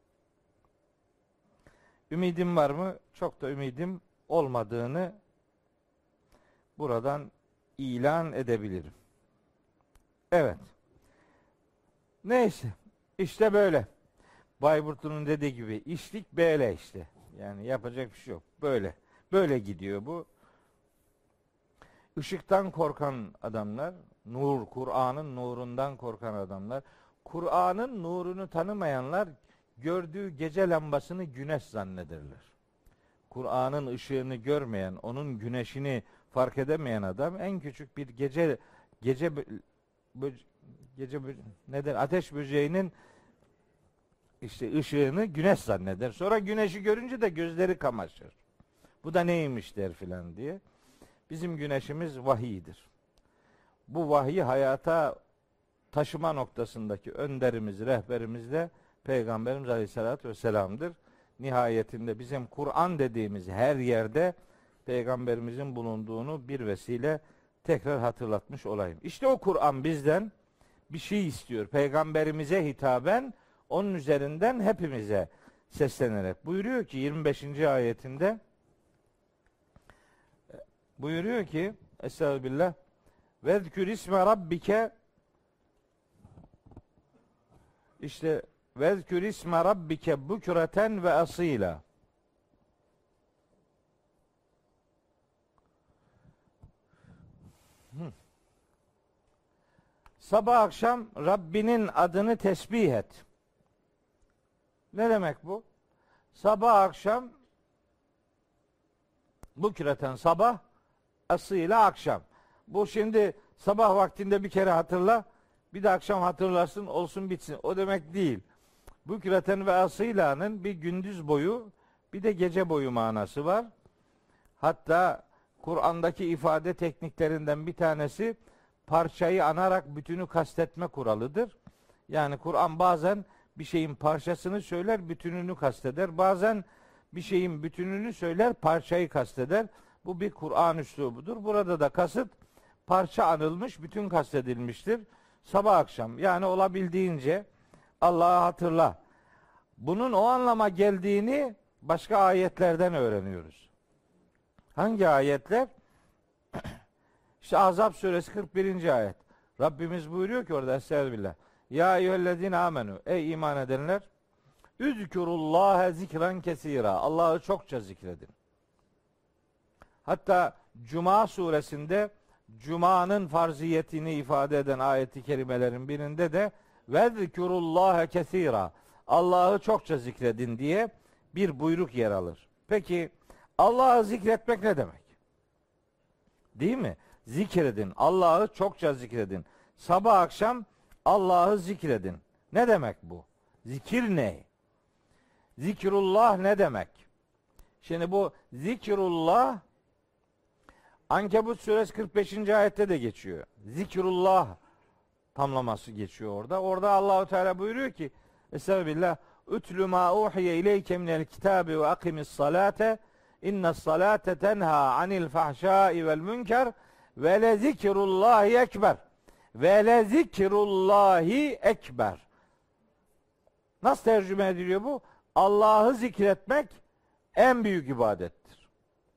Ümidim var mı? Çok da ümidim olmadığını buradan ilan edebilirim. Evet. Neyse. İşte böyle. Bayburt'un dediği gibi işlik böyle işte. Yani yapacak bir şey yok. Böyle. Böyle gidiyor bu. Işıktan korkan adamlar, Kur'an'ın nurundan korkan adamlar, Kur'an'ın nurunu tanımayanlar gördüğü gece lambasını güneş zannederler. Kur'an'ın ışığını görmeyen, onun güneşini fark edemeyen adam en küçük bir ateş böceğinin işte ışığını güneş zanneder. Sonra güneşi görünce de gözleri kamaşır. Bu da neymiş der filan diye. Bizim güneşimiz vahiydir. Bu vahyi hayata taşıma noktasındaki önderimiz, rehberimiz de Peygamberimiz Aleyhisselatü Vesselam'dır. Nihayetinde bizim Kur'an dediğimiz her yerde Peygamberimizin bulunduğunu bir vesile tekrar hatırlatmış olayım. İşte o Kur'an bizden bir şey istiyor. Peygamberimize hitaben onun üzerinden hepimize seslenerek. Buyuruyor ki 25. ayetinde buyuruyor ki Estağfirullah vezkür isme rabbike işte vezkür isme rabbike bukreten ve asila. Sabah akşam Rabbinin adını tesbih et. Ne demek bu? Sabah akşam bukreten sabah, asıyla akşam. Bu şimdi sabah vaktinde bir kere hatırla, bir de akşam hatırlarsın, olsun bitsin. O demek değil. Bukreten ve asıla'nın bir gündüz boyu, bir de gece boyu manası var. Hatta Kur'an'daki ifade tekniklerinden bir tanesi parçayı anarak bütünü kastetme kuralıdır. Yani Kur'an bazen bir şeyin parçasını söyler, bütününü kasteder. Bazen bir şeyin bütününü söyler, parçayı kasteder. Bu bir Kur'an üslubudur. Burada da kasıt parça anılmış, bütün kastedilmiştir. Sabah akşam yani olabildiğince Allah'ı hatırla. Bunun o anlama geldiğini başka ayetlerden öğreniyoruz. Hangi ayetler? İşte Ahzab suresi 41. ayet. Rabbimiz buyuruyor ki orada Estağfirullah. Ya eyyühellezine amenu. Ey iman edenler. Üzkurullâhe zikran kesira. Allah'ı çokça zikredin. Hatta Cuma suresinde Cuma'nın farziyetini ifade eden ayeti kerimelerin birinde de vezkurullâhe kesira. Allah'ı çokça zikredin diye bir buyruk yer alır. Peki Allah'ı zikretmek ne demek? Değil mi? Zikredin. Allah'ı çokça zikredin. Sabah akşam Allah'ı zikredin. Ne demek bu? Zikir ne? Zikrullah ne demek? Şimdi bu zikrullah Ankebut suresi 45. ayette de geçiyor. Zikrullah tamlaması geçiyor orada. Orada Allahu Teala buyuruyor ki Estağfirullah Ütlü ma uhiye ileyke minel kitabi ve akimis salate innes salate tenha anil fahşai vel münker ve le zikrullahi ekber. Ve le zikrullahi ekber. Nasıl tercüme ediliyor bu? Allah'ı zikretmek en büyük ibadettir.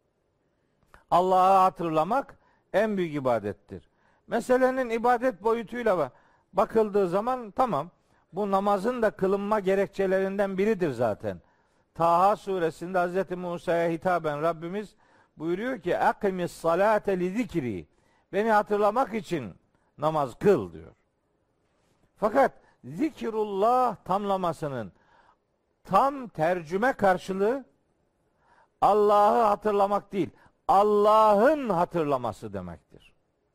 Allah'ı hatırlamak en büyük ibadettir. Meselenin ibadet boyutuyla bakıldığı zaman tamam. Bu namazın da kılınma gerekçelerinden biridir zaten. Taha suresinde Hz. Musa'ya hitaben Rabbimiz buyuruyor ki akimis salate li zikri. Beni hatırlamak için namaz kıl diyor. Fakat zikrullah tamlamasının tam tercüme karşılığı Allah'ı hatırlamak değil, Allah'ın hatırlaması demektir.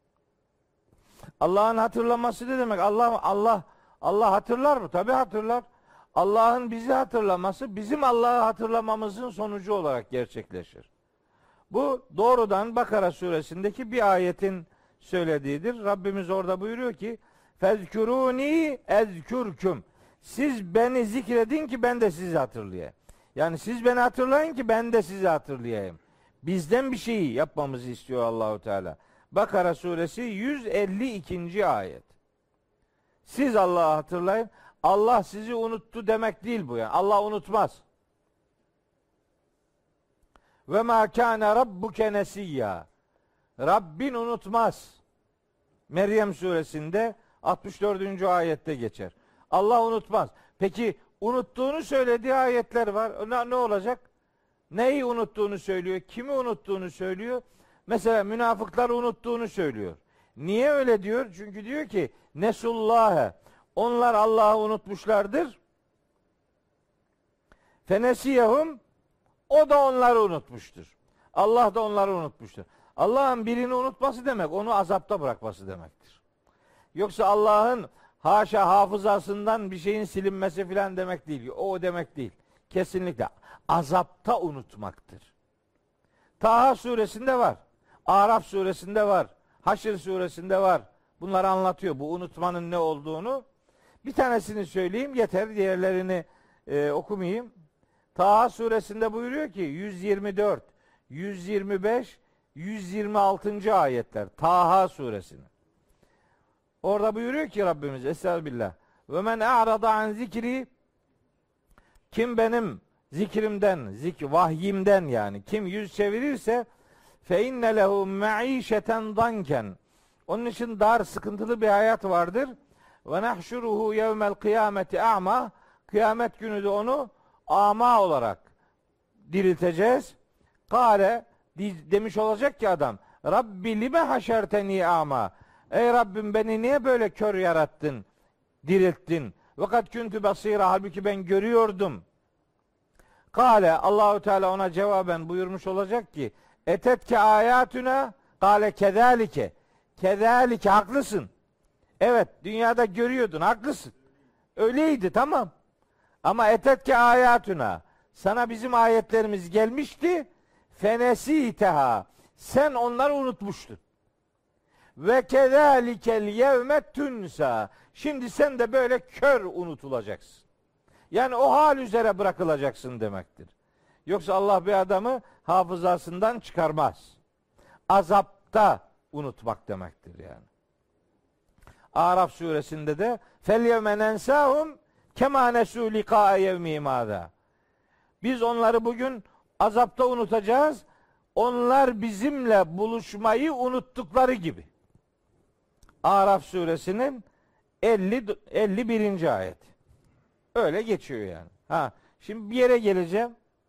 Allah'ın hatırlaması ne demek? Allah hatırlar mı? Tabii hatırlar. Allah'ın bizi hatırlaması bizim Allah'ı hatırlamamızın sonucu olarak gerçekleşir. Bu doğrudan Bakara suresindeki bir ayetin söylediğidir. Rabbimiz orada buyuruyor ki fezkuruni ezkürküm. Siz beni zikredin ki ben de sizi hatırlayayım. Yani siz beni hatırlayın ki ben de sizi hatırlayayım. Bizden bir şeyi yapmamızı istiyor Allahu Teala. Bakara suresi 152. ayet. Siz Allah'ı hatırlayın. Allah sizi unuttu demek değil bu yani. Allah unutmaz. Ve ma kana rabbuke nesiyya. Rabbin unutmaz. Meryem suresinde 64. ayette geçer. Allah unutmaz. Peki unuttuğunu söylediği ayetler var. Ne olacak? Neyi unuttuğunu söylüyor? Kimi unuttuğunu söylüyor? Mesela münafıklar unuttuğunu söylüyor. Niye öyle diyor? Çünkü diyor ki nesullâhe. Onlar Allah'ı unutmuşlardır. Fenesiyehum. O da onları unutmuştur. Allah da onları unutmuştur. Allah'ın birini unutması demek, onu azapta bırakması demektir. Yoksa Allah'ın haşa hafızasından bir şeyin silinmesi filan demek değil. O demek değil. Kesinlikle azapta unutmaktır. Taha suresinde var. Araf suresinde var. Haşr suresinde var. Bunları anlatıyor. Bu unutmanın ne olduğunu. Bir tanesini söyleyeyim yeter. Diğerlerini okumayayım. Taha suresinde buyuruyor ki 124, 125, 126. ayetler. Taha suresinin. Orada buyuruyor ki Rabbimiz Estağfirullah. Ve men a'rada an zikri, kim benim zikrimden, vahyimden yani kim yüz çevirirse fe inne lehu maişeten danken, onun için dar sıkıntılı bir hayat vardır. Ve nahşuruhu yevmel kıyameti a'ma, kıyamet günü de onu ama olarak dirilteceğiz. Kale demiş olacak ki adam, Rabbi lime haşerteni ama, ey Rabbim beni niye böyle kör yarattın, dirilttin? Fakat küntü basira, halbuki ben görüyordum. Kale, Allahu Teala ona cevaben buyurmuş olacak ki etetke ayatuna, kale kedalike, kedalike, haklısın. Evet, dünyada görüyordun, haklısın. Öyleydi, tamam. Ama etetke ayatuna, sana bizim ayetlerimiz gelmişti. Fenesiteha, sen onları unutmuştun. Ve kezalikel yevme tunsa, şimdi sen de böyle kör unutulacaksın. Yani o hal üzere bırakılacaksın demektir. Yoksa Allah bir adamı hafızasından çıkarmaz. Azapta unutmak demektir yani. Araf suresinde de fel yevme nensahum kema nesu liqa yevmihim hâzâ. Biz onları bugün azapta unutacağız. Onlar bizimle buluşmayı unuttukları gibi. Araf suresinin 51. ayet. Öyle geçiyor yani. Şimdi bir yere geleceğim.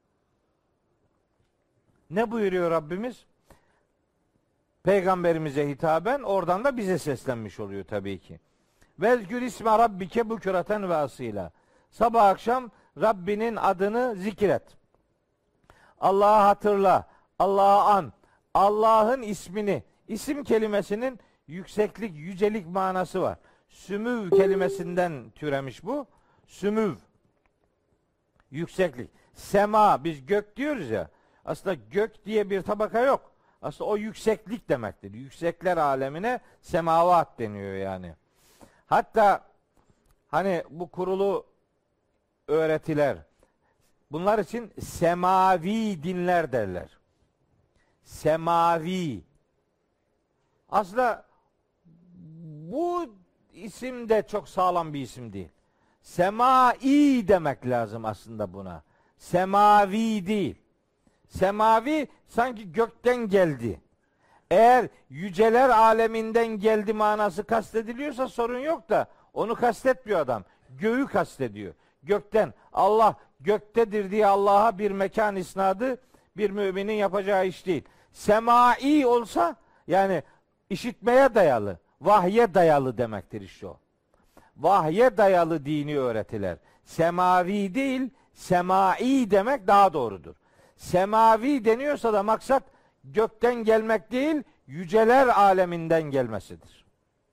Ne buyuruyor Rabbimiz? Peygamberimize hitaben, oradan da bize seslenmiş oluyor tabii ki. Vezkür isme rabbike bukraten ve asila. Sabah akşam Rabbinin adını zikret. Allah'ı hatırla. Allah'ı an. Allah'ın ismini. İsim kelimesinin yükseklik, yücelik manası var. Sümüv kelimesinden türemiş bu. Sümüv. Yükseklik. Sema, biz gök diyoruz ya. Aslında gök diye bir tabaka yok. Aslında o yükseklik demektir. Yüksekler alemine semavat deniyor yani. Hatta hani bu kurulu öğretiler, bunlar için semavi dinler derler. Semavi. Aslında bu isim de çok sağlam bir isim değil. Semai demek lazım aslında buna. Semavi değil. Semavi sanki gökten geldi. Eğer yüceler aleminden geldi manası kastediliyorsa sorun yok da onu kastetmiyor adam. Göğü kastediyor. Gökten. Allah göktedir diye Allah'a bir mekan isnadı bir müminin yapacağı iş değil. Semai olsa yani işitmeye dayalı, vahye dayalı demektir işte o. Vahye dayalı dini öğretiler. Semavi değil, semai demek daha doğrudur. Semavi deniyorsa da maksat gökten gelmek değil, yüceler aleminden gelmesidir.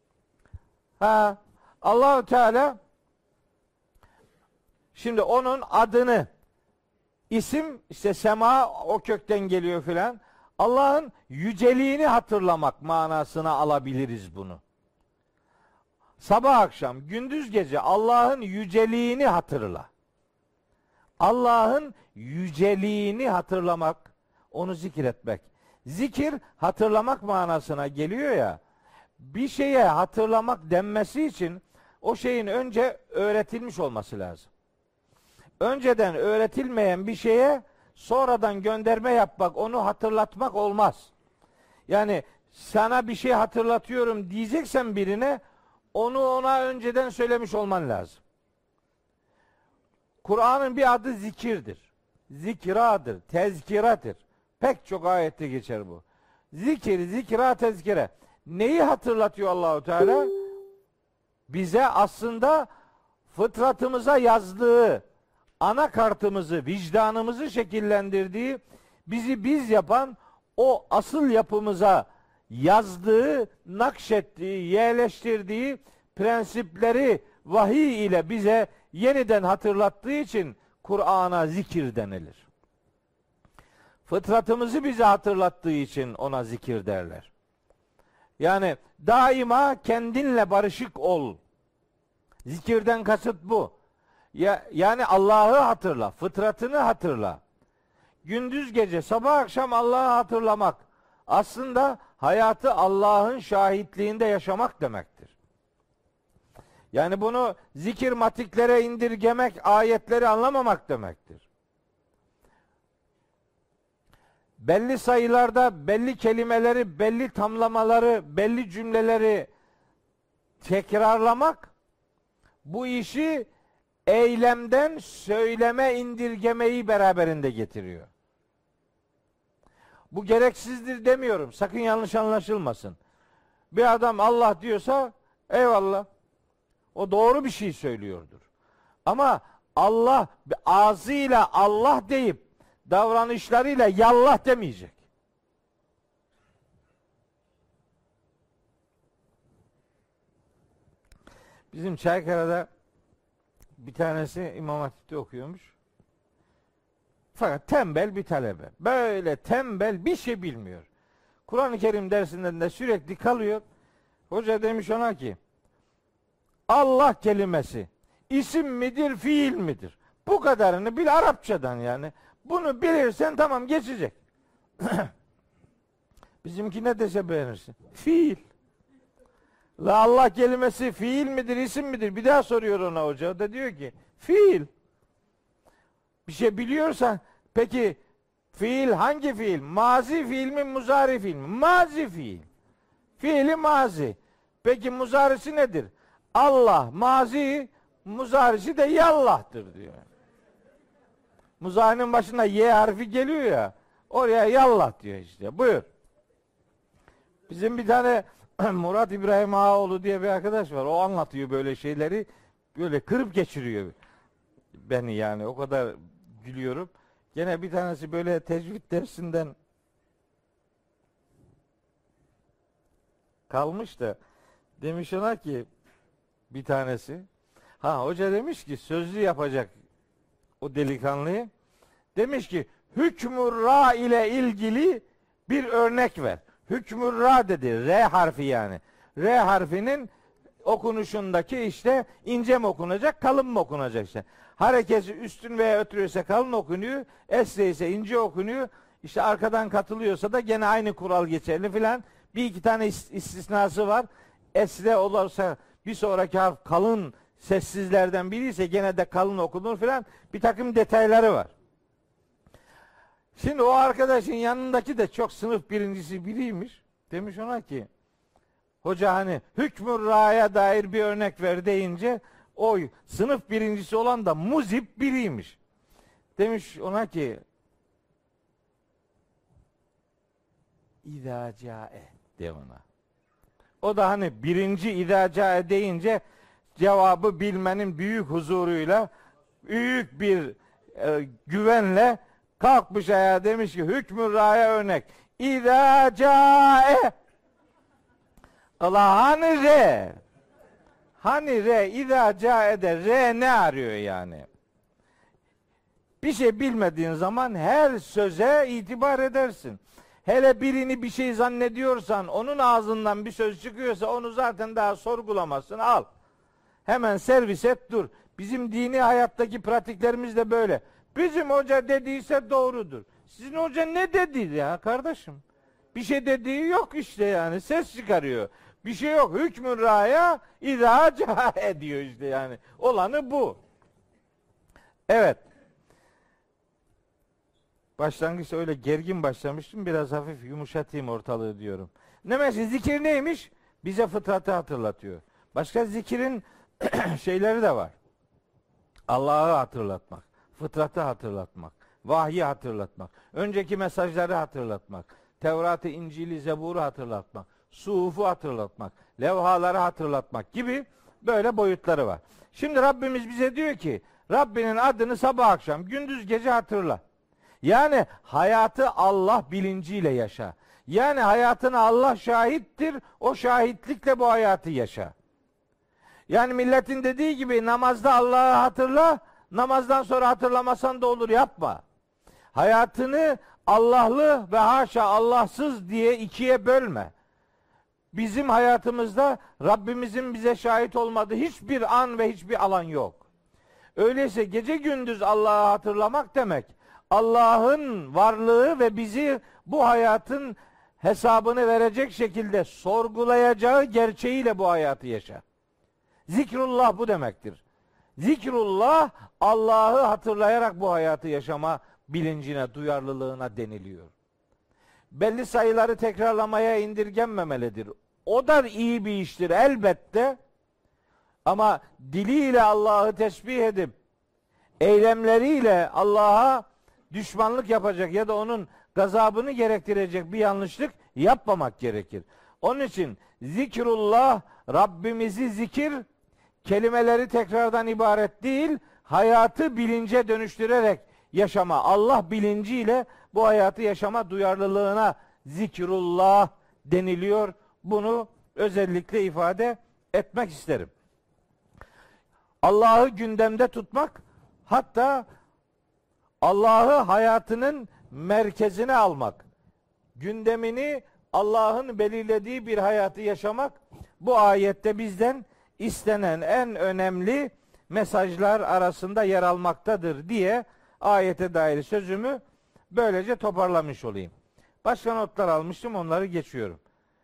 Allah-u Teala şimdi onun adını, isim işte sema o kökten geliyor filan. Allah'ın yüceliğini hatırlamak manasına alabiliriz bunu. Sabah akşam, gündüz gece Allah'ın yüceliğini hatırla. Allah'ın yüceliğini hatırlamak, onu zikretmek. Zikir hatırlamak manasına geliyor ya. Bir şeye hatırlamak denmesi için o şeyin önce öğretilmiş olması lazım. Önceden öğretilmeyen bir şeye sonradan gönderme yapmak, onu hatırlatmak olmaz. Yani sana bir şey hatırlatıyorum diyeceksen birine, onu ona önceden söylemiş olman lazım. Kur'an'ın bir adı zikirdir. Zikradır, tezkiradır. Pek çok ayette geçer bu. Zikir, zikra, tezkire. Neyi hatırlatıyor Allahu Teala? Bize aslında fıtratımıza yazdığı, anakartımızı, vicdanımızı şekillendirdiği, bizi biz yapan o asıl yapımıza yazdığı, nakşettiği, yerleştirdiği prensipleri vahiy ile bize yeniden hatırlattığı için Kur'an'a zikir denilir. Fıtratımızı bize hatırlattığı için ona zikir derler. Yani daima kendinle barışık ol. Zikirden kasıt bu. Yani Allah'ı hatırla, fıtratını hatırla. Gündüz gece, sabah akşam Allah'ı hatırlamak aslında hayatı Allah'ın şahitliğinde yaşamak demektir. Yani bunu zikir matiklere indirgemek, ayetleri anlamamak demektir. Belli sayılarda belli kelimeleri, belli tamlamaları, belli cümleleri tekrarlamak bu işi eylemden söyleme indirgemeyi beraberinde getiriyor. Bu gereksizdir demiyorum. Sakın yanlış anlaşılmasın. Bir adam Allah diyorsa eyvallah. O doğru bir şey söylüyordur. Ama Allah ağzıyla Allah deyip davranışlarıyla yallah demeyecek. Bizim Çaykara'da bir tanesi İmam Hatip'te okuyormuş. Fakat tembel bir talebe. Böyle tembel, bir şey bilmiyor. Kur'an-ı Kerim dersinden de sürekli kalıyor. Hoca demiş ona ki, Allah kelimesi isim midir, fiil midir? Bu kadarını bil Arapçadan yani. Bunu bilirsen tamam, geçecek. Bizimki ne dese beğenirsin. Fiil. La Allah kelimesi fiil midir, isim midir? Bir daha soruyor ona hoca. O da diyor ki fiil. Bir şey biliyorsan peki fiil hangi fiil? Mazi fiil mi, muzari fiil mi? Mazi fiil. Fiili mazi. Peki muzarisi nedir? Allah mazi, muzarisi de yallah'tır diyor. Muzarinin başına Y harfi geliyor ya. Oraya yallah diyor işte. Buyur. Bizim bir tane Murat İbrahim Ağaoğlu diye bir arkadaş var. O anlatıyor böyle şeyleri. Böyle kırıp geçiriyor beni yani. O kadar gülüyorum. Gene bir tanesi böyle tecvid dersinden kalmış da demiş ona ki bir tanesi, hoca demiş ki sözlü yapacak o delikanlıyı. Demiş ki hükmü ra ile ilgili bir örnek ver. Hükmü ra dedi. R harfi yani. R harfinin okunuşundaki işte ince mi okunacak, kalın mı okunacak işte. Hareketi üstün veya ötürüyorsa kalın okunuyor. Esre ise ince okunuyor. İşte arkadan katılıyorsa da gene aynı kural geçerli filan. Bir iki tane istisnası var. Esre olursa bir sonraki harf kalın sessizlerden biri ise gene de kalın okunur filan. Bir takım detayları var. Şimdi o arkadaşın yanındaki de çok sınıf birincisi biriymiş. Demiş ona ki hoca hani hükmü ra'ya dair bir örnek ver deyince o sınıf birincisi olan da muzip biriymiş. Demiş ona ki İzâ câe de ona. O da hani birinci İzâ câe deyince cevabı bilmenin büyük huzuruyla, büyük bir güvenle kalkmış ayağa, demiş ki hükmü ra'ya örnek. İzâ câe. Allah hani re. Hani re, İzâ câe'de re ne arıyor yani? Bir şey bilmediğin zaman her söze itibar edersin. Hele birini bir şey zannediyorsan, onun ağzından bir söz çıkıyorsa onu zaten daha sorgulamazsın, al. Hemen servis et dur. Bizim dini hayattaki pratiklerimiz de böyle. Bizim hoca dediyse doğrudur. Sizin hoca ne dedi ya kardeşim? Bir şey dediği yok işte yani. Ses çıkarıyor. Bir şey yok. Hükmün raya izâ câe diyor işte yani. Olanı bu. Evet. Başlangıçta öyle gergin başlamıştım. Biraz hafif yumuşatayım ortalığı diyorum. Ne mesela zikir neymiş? Bize fıtratı hatırlatıyor. Başka zikirin şeyleri de var. Allah'ı hatırlatmak, fıtratı hatırlatmak, vahyi hatırlatmak, önceki mesajları hatırlatmak, Tevrat'ı, İncil'i, Zebur'u hatırlatmak, suhufu hatırlatmak, levhaları hatırlatmak gibi böyle boyutları var. Şimdi Rabbimiz bize diyor ki Rabbinin adını sabah akşam, gündüz gece hatırla. Yani hayatı Allah bilinciyle yaşa. Yani hayatına Allah şahittir. O şahitlikle bu hayatı yaşa. Yani milletin dediği gibi namazda Allah'ı hatırla, namazdan sonra hatırlamasan da olur, yapma. Hayatını Allah'lı ve haşa Allahsız diye ikiye bölme. Bizim hayatımızda Rabbimizin bize şahit olmadığı hiçbir an ve hiçbir alan yok. Öyleyse gece gündüz Allah'ı hatırlamak demek, Allah'ın varlığı ve bizi bu hayatın hesabını verecek şekilde sorgulayacağı gerçeğiyle bu hayatı yaşa. Zikrullah bu demektir. Zikrullah, Allah'ı hatırlayarak bu hayatı yaşama bilincine, duyarlılığına deniliyor. Belli sayıları tekrarlamaya indirgenmemelidir. O da iyi bir iştir elbette. Ama diliyle Allah'ı tesbih edip eylemleriyle Allah'a düşmanlık yapacak ya da onun gazabını gerektirecek bir yanlışlık yapmamak gerekir. Onun için zikrullah, Rabbimizi zikir, kelimeleri tekrardan ibaret değil, hayatı bilince dönüştürerek yaşama, Allah bilinciyle bu hayatı yaşama duyarlılığına zikrullah deniliyor. Bunu özellikle ifade etmek isterim. Allah'ı gündemde tutmak, hatta Allah'ı hayatının merkezine almak, gündemini Allah'ın belirlediği bir hayatı yaşamak, bu ayette bizden istenen en önemli mesajlar arasında yer almaktadır diye ayete dair sözümü böylece toparlamış olayım. Başka notlar almıştım, onları geçiyorum.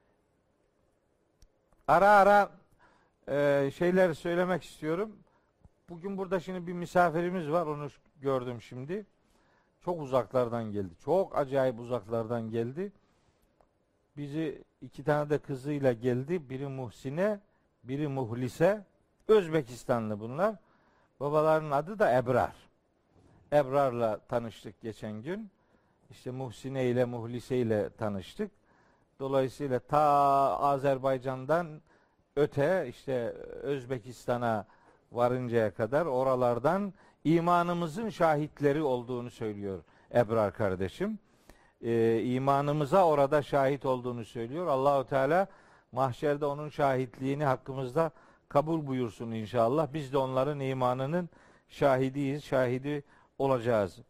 Ara ara şeyler söylemek istiyorum. Bugün burada şimdi bir misafirimiz var, onu gördüm şimdi. Çok uzaklardan geldi. Çok acayip uzaklardan geldi. Bizi iki tane de kızıyla geldi. Biri Muhsine, biri Muhlise. Özbekistanlı bunlar. Babalarının adı da Ebrar. Ebrar'la tanıştık geçen gün. İşte Muhsine ile Muhlise ile tanıştık. Dolayısıyla ta Azerbaycan'dan öte işte Özbekistan'a varıncaya kadar oralardan imanımızın şahitleri olduğunu söylüyor Ebrar kardeşim. İmanımıza orada şahit olduğunu söylüyor. Allahu Teala mahşerde onun şahitliğini hakkımızda kabul buyursun inşallah. Biz de onların imanının şahidiyiz, şahidi olacağız.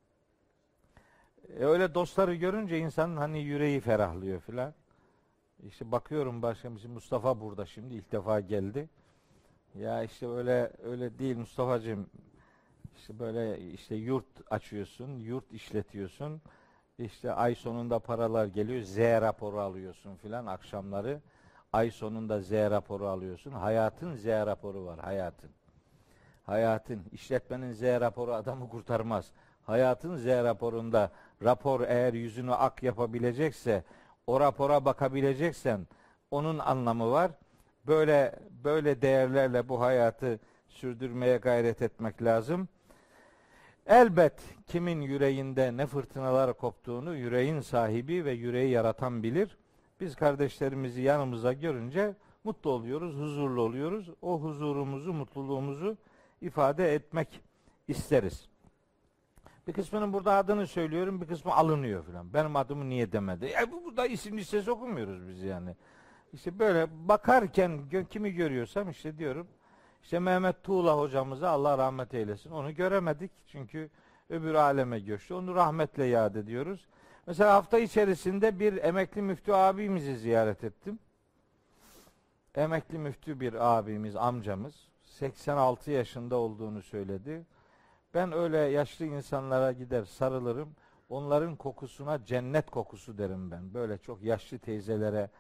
Öyle dostları görünce insanın hani yüreği ferahlıyor filan. İşte bakıyorum başka Mustafa burada şimdi ilk defa geldi. Ya işte öyle değil Mustafa'cığım. İşte böyle işte yurt açıyorsun, yurt işletiyorsun. İşte ay sonunda paralar geliyor, Z raporu alıyorsun filan akşamları. Ay sonunda Z raporu alıyorsun. Hayatın Z raporu var, hayatın. Hayatın, işletmenin Z raporu adamı kurtarmaz. Hayatın Z raporunda rapor eğer yüzünü ak yapabilecekse, o rapora bakabileceksen onun anlamı var. Böyle değerlerle bu hayatı sürdürmeye gayret etmek lazım. Elbet kimin yüreğinde ne fırtınalar koptuğunu yüreğin sahibi ve yüreği yaratan bilir. Biz kardeşlerimizi yanımıza görünce mutlu oluyoruz, huzurlu oluyoruz. O huzurumuzu, mutluluğumuzu ifade etmek isteriz. Bir kısmının burada adını söylüyorum, bir kısmı alınıyor falan. Benim adımı niye demedi? Burada isim listesi okumuyoruz biz yani. İşte böyle bakarken kimi görüyorsam işte diyorum. İşte Mehmet Tuğla hocamıza Allah rahmet eylesin. Onu göremedik çünkü öbür aleme göçtü. Onu rahmetle yad ediyoruz. Mesela hafta içerisinde bir emekli müftü abimizi ziyaret ettim. Emekli müftü bir abimiz, amcamız. 86 yaşında olduğunu söyledi. Ben öyle yaşlı insanlara gider sarılırım. Onların kokusuna cennet kokusu derim ben. Böyle çok yaşlı teyzelere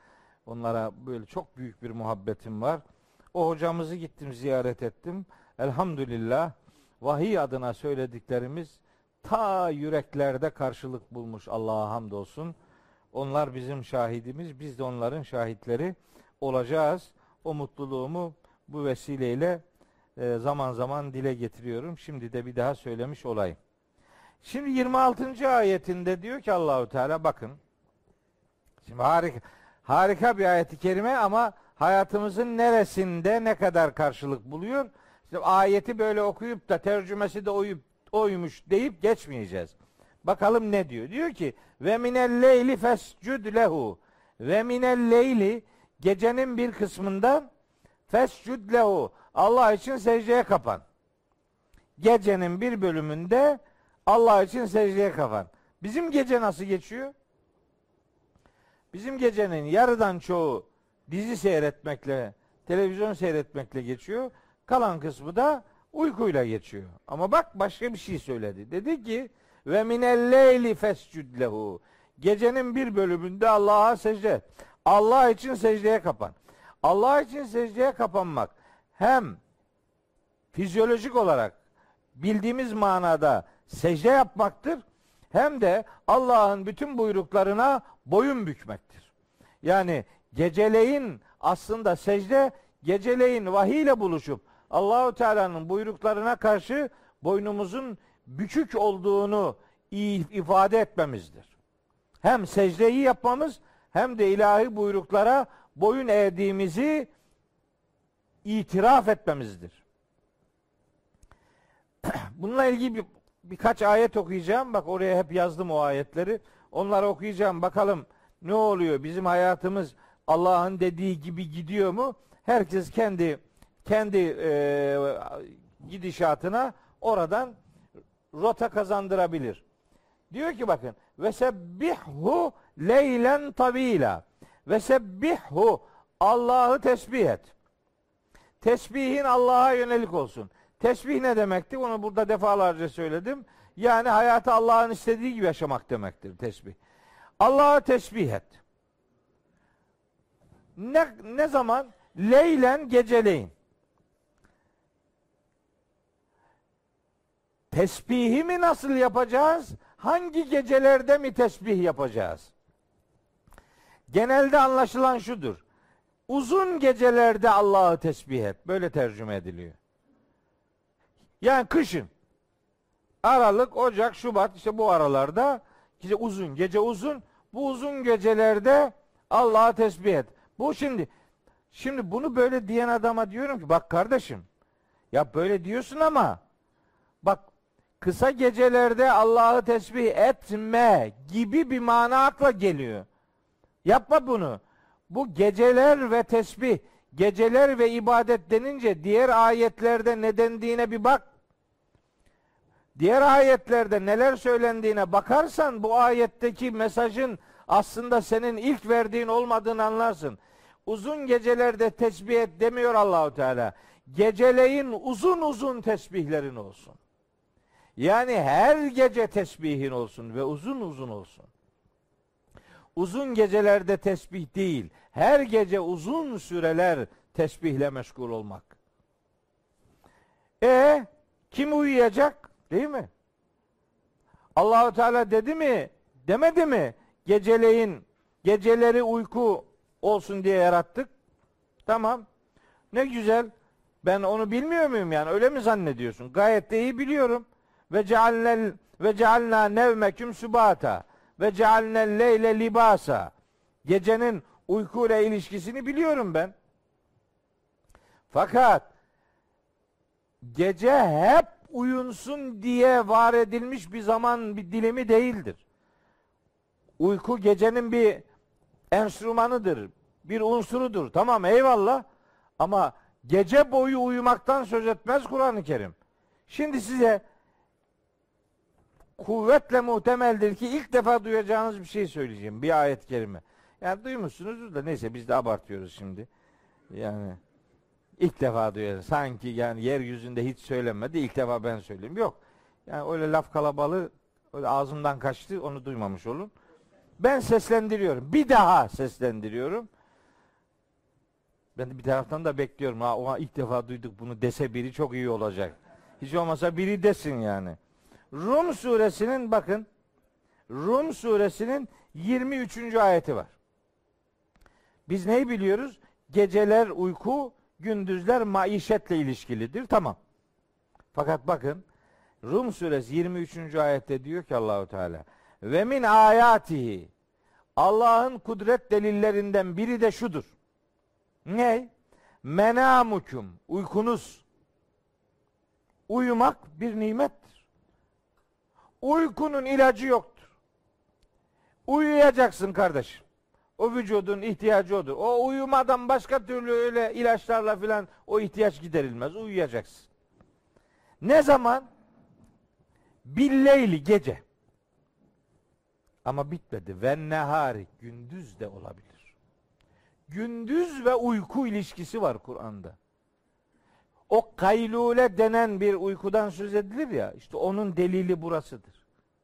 Onlara böyle çok büyük bir muhabbetim var. O hocamızı gittim ziyaret ettim. Elhamdülillah vahiy adına söylediklerimiz ta yüreklerde karşılık bulmuş, Allah'a hamdolsun. Onlar bizim şahidimiz, biz de onların şahitleri olacağız. O mutluluğumu bu vesileyle zaman zaman dile getiriyorum. Şimdi de bir daha söylemiş olayım. Şimdi 26. ayetinde diyor ki Allahu Teala, bakın. Şimdi harika bir ayet-i kerime ama hayatımızın neresinde ne kadar karşılık buluyor? İşte ayeti böyle okuyup da tercümesi de oymuş deyip geçmeyeceğiz. Bakalım ne diyor? Diyor ki ve minel leyli fescud lehu. Ve minel leyli, gecenin bir kısmından, fescud lehu, Allah için secdeye kapan. Gecenin bir bölümünde Allah için secdeye kapan. Bizim gece nasıl geçiyor? Bizim gecenin yarıdan çoğu dizi seyretmekle, televizyon seyretmekle geçiyor. Kalan kısmı da uykuyla geçiyor. Ama bak başka bir şey söyledi. Dedi ki ve minel leyli fescud lehu. Gecenin bir bölümünde Allah'a secde et. Allah için secdeye kapan. Allah için secdeye kapanmak hem fizyolojik olarak bildiğimiz manada secde yapmaktır, hem de Allah'ın bütün buyruklarına boyun bükmektir. Yani geceleyin aslında secde, geceleyin vahiy ile buluşup Allahu Teala'nın buyruklarına karşı boynumuzun bükük olduğunu ifade etmemizdir. Hem secdeyi yapmamız hem de ilahi buyruklara boyun eğdiğimizi itiraf etmemizdir. Bununla ilgili birkaç ayet okuyacağım. Bak oraya hep yazdım o ayetleri. Onları okuyacağım. Bakalım ne oluyor? Bizim hayatımız Allah'ın dediği gibi gidiyor mu? Herkes kendi gidişatına oradan rota kazandırabilir. Diyor ki bakın ve sebbihhu leylen tavila. Ve sebbihhu, Allah'ı tesbih et. Tesbihin Allah'a yönelik olsun. Tesbih ne demekti? Onu burada defalarca söyledim. Yani hayatı Allah'ın istediği gibi yaşamak demektir tesbih. Allah'ı tesbih et. Ne zaman? Leylen, geceleyin. Tesbihi mi nasıl yapacağız? Hangi gecelerde mi tesbih yapacağız? Genelde anlaşılan şudur. Uzun gecelerde Allah'ı tesbih et. Böyle tercüme ediliyor. Yani kışın. Aralık, Ocak, Şubat, işte bu aralarda işte uzun, gece uzun. Bu uzun gecelerde Allah'a tesbih et. Bu şimdi bunu böyle diyen adama diyorum ki bak kardeşim, ya böyle diyorsun ama bak kısa gecelerde Allah'ı tesbih etme gibi bir mana akla geliyor. Yapma bunu. Bu geceler ve tesbih, geceler ve ibadet denince diğer ayetlerde ne dendiğine bir bak. Diğer ayetlerde neler söylendiğine bakarsan bu ayetteki mesajın aslında senin ilk verdiğin olmadığını anlarsın. Uzun gecelerde tesbih et demiyor Allahu Teala. Geceleyin uzun uzun tesbihlerin olsun. Yani her gece tesbihin olsun ve uzun uzun olsun. Uzun gecelerde tesbih değil, her gece uzun süreler tesbihle meşgul olmak. Kim uyuyacak? Değil mi? Allahu Teala dedi mi? Demedi mi? Geceleri uyku olsun diye yarattık. Tamam. Ne güzel. Ben onu bilmiyor muyum yani? Öyle mi zannediyorsun? Gayet de iyi biliyorum. Ve cealna nevmeküm subata ve cealnel leyle libasa. Gecenin uykuyla ilişkisini biliyorum ben. Fakat gece hep uyunsun diye var edilmiş bir zaman bir dilimi değildir. Uyku gecenin bir enstrümanıdır, bir unsurudur. Tamam, eyvallah. Ama gece boyu uyumaktan söz etmez Kur'an-ı Kerim. Şimdi size kuvvetle muhtemeldir ki ilk defa duyacağınız bir şey söyleyeceğim. Bir ayet-i kerime. Yani duymuşsunuzdur da neyse biz de abartıyoruz şimdi. Yani ilk defa duyuyoruz. Sanki yani yeryüzünde hiç söylenmedi. İlk defa ben söyleyeyim. Yok. Yani öyle laf kalabalığı öyle ağzımdan kaçtı, onu duymamış olun. Ben seslendiriyorum. Bir daha seslendiriyorum. Ben de bir taraftan da bekliyorum. Oha ilk defa duyduk bunu dese biri çok iyi olacak. Hiç olmasa biri desin yani. Rum suresinin bakın Rum suresinin 23. ayeti var. Biz neyi biliyoruz? Geceler uyku, gündüzler maişetle ilişkilidir. Tamam. Fakat bakın Rum suresi 23. ayette diyor ki Allahu Teala ve min ayatihi Allah'ın kudret delillerinden biri de şudur. Ne? Menamukum, uykunuz. Uyumak bir nimettir. Uykunun ilacı yoktur. Uyuyacaksın kardeşim. O vücudun ihtiyacı odur. O uyumadan başka türlü öyle ilaçlarla filan o ihtiyaç giderilmez. Uyuyacaksın. Ne zaman? Billeyli gece. Ama bitmedi. Ve nehari gündüz de olabilir. Gündüz ve uyku ilişkisi var Kur'an'da. O kaylule denen bir uykudan söz edilir ya, işte onun delili burasıdır.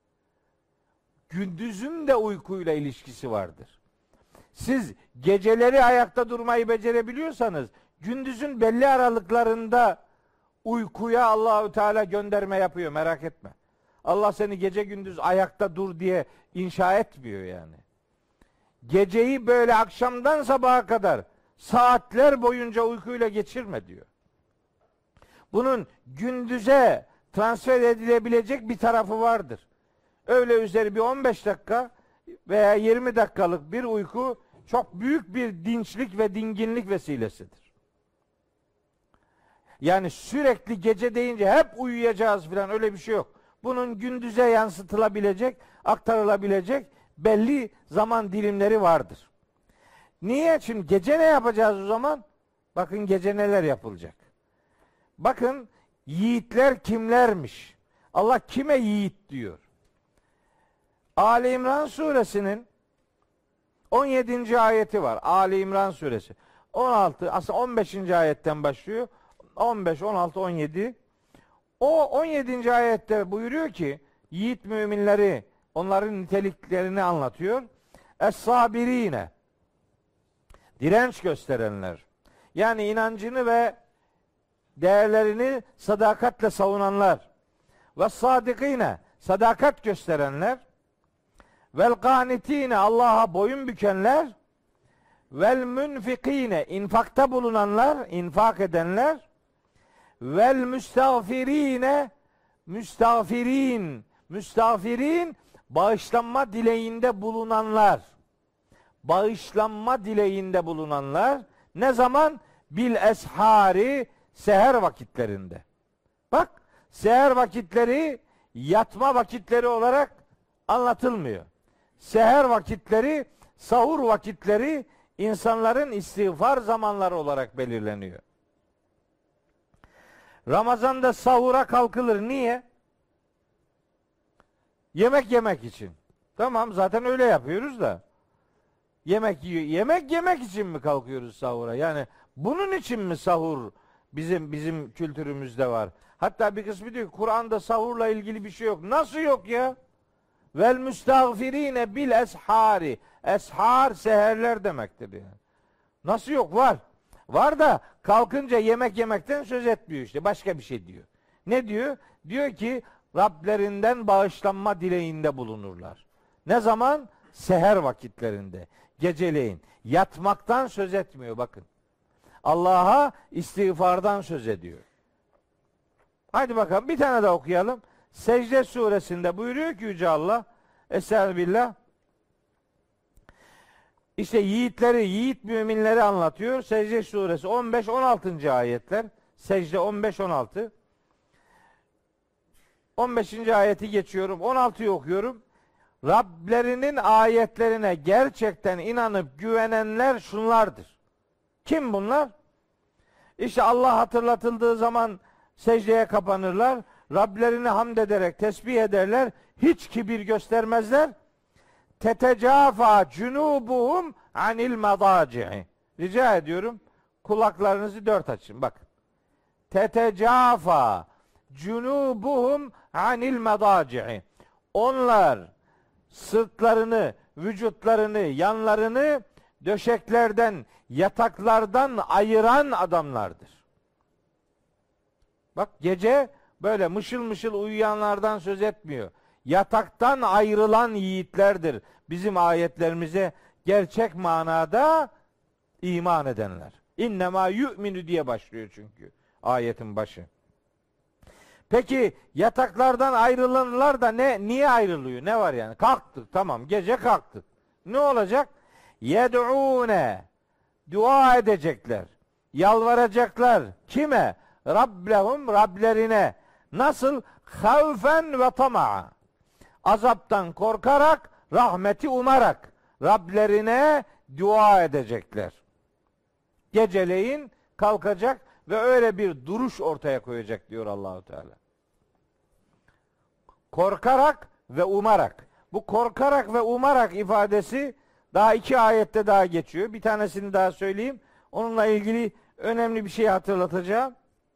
Gündüzün de uykuyla ilişkisi vardır. Siz geceleri ayakta durmayı becerebiliyorsanız, gündüzün belli aralıklarında uykuya Allahü Teala gönderme yapıyor, merak etme. Allah seni gece gündüz ayakta dur diye inşa etmiyor yani. Geceyi böyle akşamdan sabaha kadar saatler boyunca uykuyla geçirme diyor. Bunun gündüze transfer edilebilecek bir tarafı vardır. Öğle üzeri bir 15 dakika veya 20 dakikalık bir uyku çok büyük bir dinçlik ve dinginlik vesilesidir. Yani sürekli gece deyince hep uyuyacağız falan öyle bir şey yok. Bunun gündüze yansıtılabilecek, aktarılabilecek belli zaman dilimleri vardır. Niye? Şimdi gece ne yapacağız o zaman? Bakın gece neler yapılacak. Bakın yiğitler kimlermiş? Allah kime yiğit diyor? Ali İmran suresinin 17. ayeti var. Ali İmran suresi. 16 aslında 15. ayetten başlıyor. 15, 16, 17. O 17. ayette buyuruyor ki yiğit müminleri, onların niteliklerini anlatıyor. Es-sabirine, direnç gösterenler. Yani inancını ve değerlerini sadakatle savunanlar. Ve sadikine, sadakat gösterenler. Vel kanitine, Allah'a boyun bükenler. Vel münfikine, infakta bulunanlar, infak edenler. Vel müstağfirine, müstağfirin, bağışlanma dileğinde bulunanlar. Bağışlanma dileğinde bulunanlar. Ne zaman? Bil eshari, seher vakitlerinde. Bak, seher vakitleri yatma vakitleri olarak anlatılmıyor. Seher vakitleri, sahur vakitleri insanların istiğfar zamanları olarak belirleniyor. Ramazan'da sahura kalkılır. Niye? Yemek yemek için. Tamam, zaten öyle yapıyoruz da. Yemek yemek için mi kalkıyoruz sahura? Yani bunun için mi sahur bizim kültürümüzde var? Hatta bir kısmı diyor ki Kur'an'da sahurla ilgili bir şey yok. Nasıl yok ya? Vel müstağfirine bil eshari. Eshar seherler demektir yani. Nasıl yok? Var. Var da kalkınca yemek yemekten söz etmiyor işte. Başka bir şey diyor. Ne diyor? Diyor ki Rablerinden bağışlanma dileğinde bulunurlar. Ne zaman? Seher vakitlerinde. Geceleyin. Yatmaktan söz etmiyor bakın. Allah'a istiğfardan söz ediyor. Hadi bakalım bir tane daha okuyalım. Secde suresinde buyuruyor ki Yüce Allah, Estağfirullah. İşte yiğitleri, yiğit müminleri anlatıyor. Secde suresi 15-16. ayetler. Secde 15-16. 15. ayeti geçiyorum. 16'yı okuyorum. Rablerinin ayetlerine gerçekten inanıp güvenenler şunlardır. Kim bunlar? İşte Allah hatırlatıldığı zaman secdeye kapanırlar. Rablerini hamd ederek tesbih ederler. Hiç kibir göstermezler. Tetecafa cunubuhum anil madaci'i. Rica ediyorum kulaklarınızı dört açın. Bak. Tetecafa cunubuhum anil madaci'i. Onlar sırtlarını, vücutlarını, yanlarını döşeklerden, yataklardan ayıran adamlardır. Bak gece böyle mışıl mışıl uyuyanlardan söz etmiyor. Yataktan ayrılan yiğitlerdir bizim ayetlerimize gerçek manada iman edenler. İnnemâ yu'minu diye başlıyor çünkü ayetin başı. Peki yataklardan ayrılanlar da niye ayrılıyor? Ne var yani? Kalktık, tamam, gece kalktık. Ne olacak? Yed'ûne, dua edecekler. Yalvaracaklar. Kime? Rablehum, Rablerine. Nasıl? Havfen ve tama'a. Azaptan korkarak, rahmeti umarak Rablerine dua edecekler. Geceleyin kalkacak ve öyle bir duruş ortaya koyacak diyor Allahu Teala. Korkarak ve umarak. Bu korkarak ve umarak ifadesi daha 2 ayette daha geçiyor. Bir tanesini daha söyleyeyim. Onunla ilgili önemli bir şey hatırlatacağım.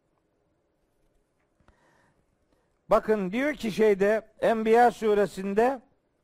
Bakın diyor ki Enbiya suresinde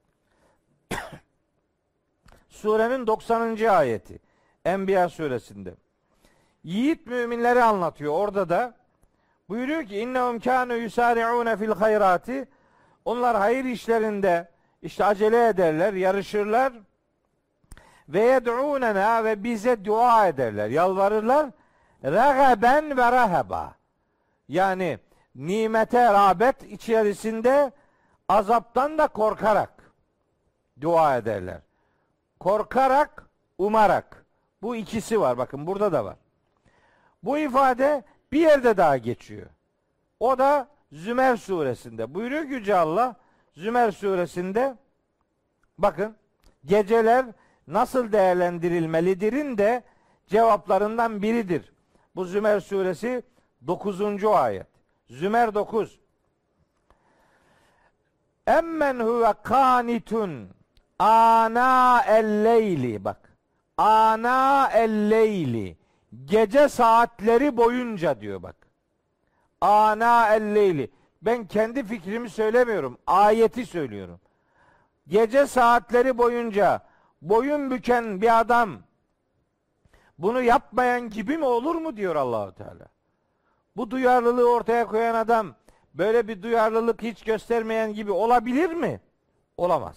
surenin 90. ayeti. Enbiya suresinde. Yiğit müminleri anlatıyor. Orada da buyuruyor ki innehum kânû yusâri'ûne fil hayrâti. Onlar hayır işlerinde işte acele ederler, yarışırlar. Ve yed'ûnena, ve bize dua ederler, yalvarırlar. Ragaben ve rahaba. Yani nimete rağbet içerisinde, azaptan da korkarak dua ederler. Korkarak, umarak. Bu ikisi var. Bakın burada da var. Bu ifade bir yerde daha geçiyor. O da Zümer suresinde. Buyuruyor ki Yüce Allah Zümer suresinde, bakın, geceler nasıl değerlendirilmelidir'in de cevaplarından biridir. Bu Zümer suresi 9. ayet. Zümer 9. Emmen huve kanitun ana el-leyli, bak. Ana el-leyli, gece saatleri boyunca diyor bak. Ana el-leyli. Ben kendi fikrimi söylemiyorum. Ayeti söylüyorum. Gece saatleri boyunca boyun büken bir adam bunu yapmayan gibi mi olur mu diyor Allahu Teala. Bu duyarlılığı ortaya koyan adam böyle bir duyarlılık hiç göstermeyen gibi olabilir mi? Olamaz.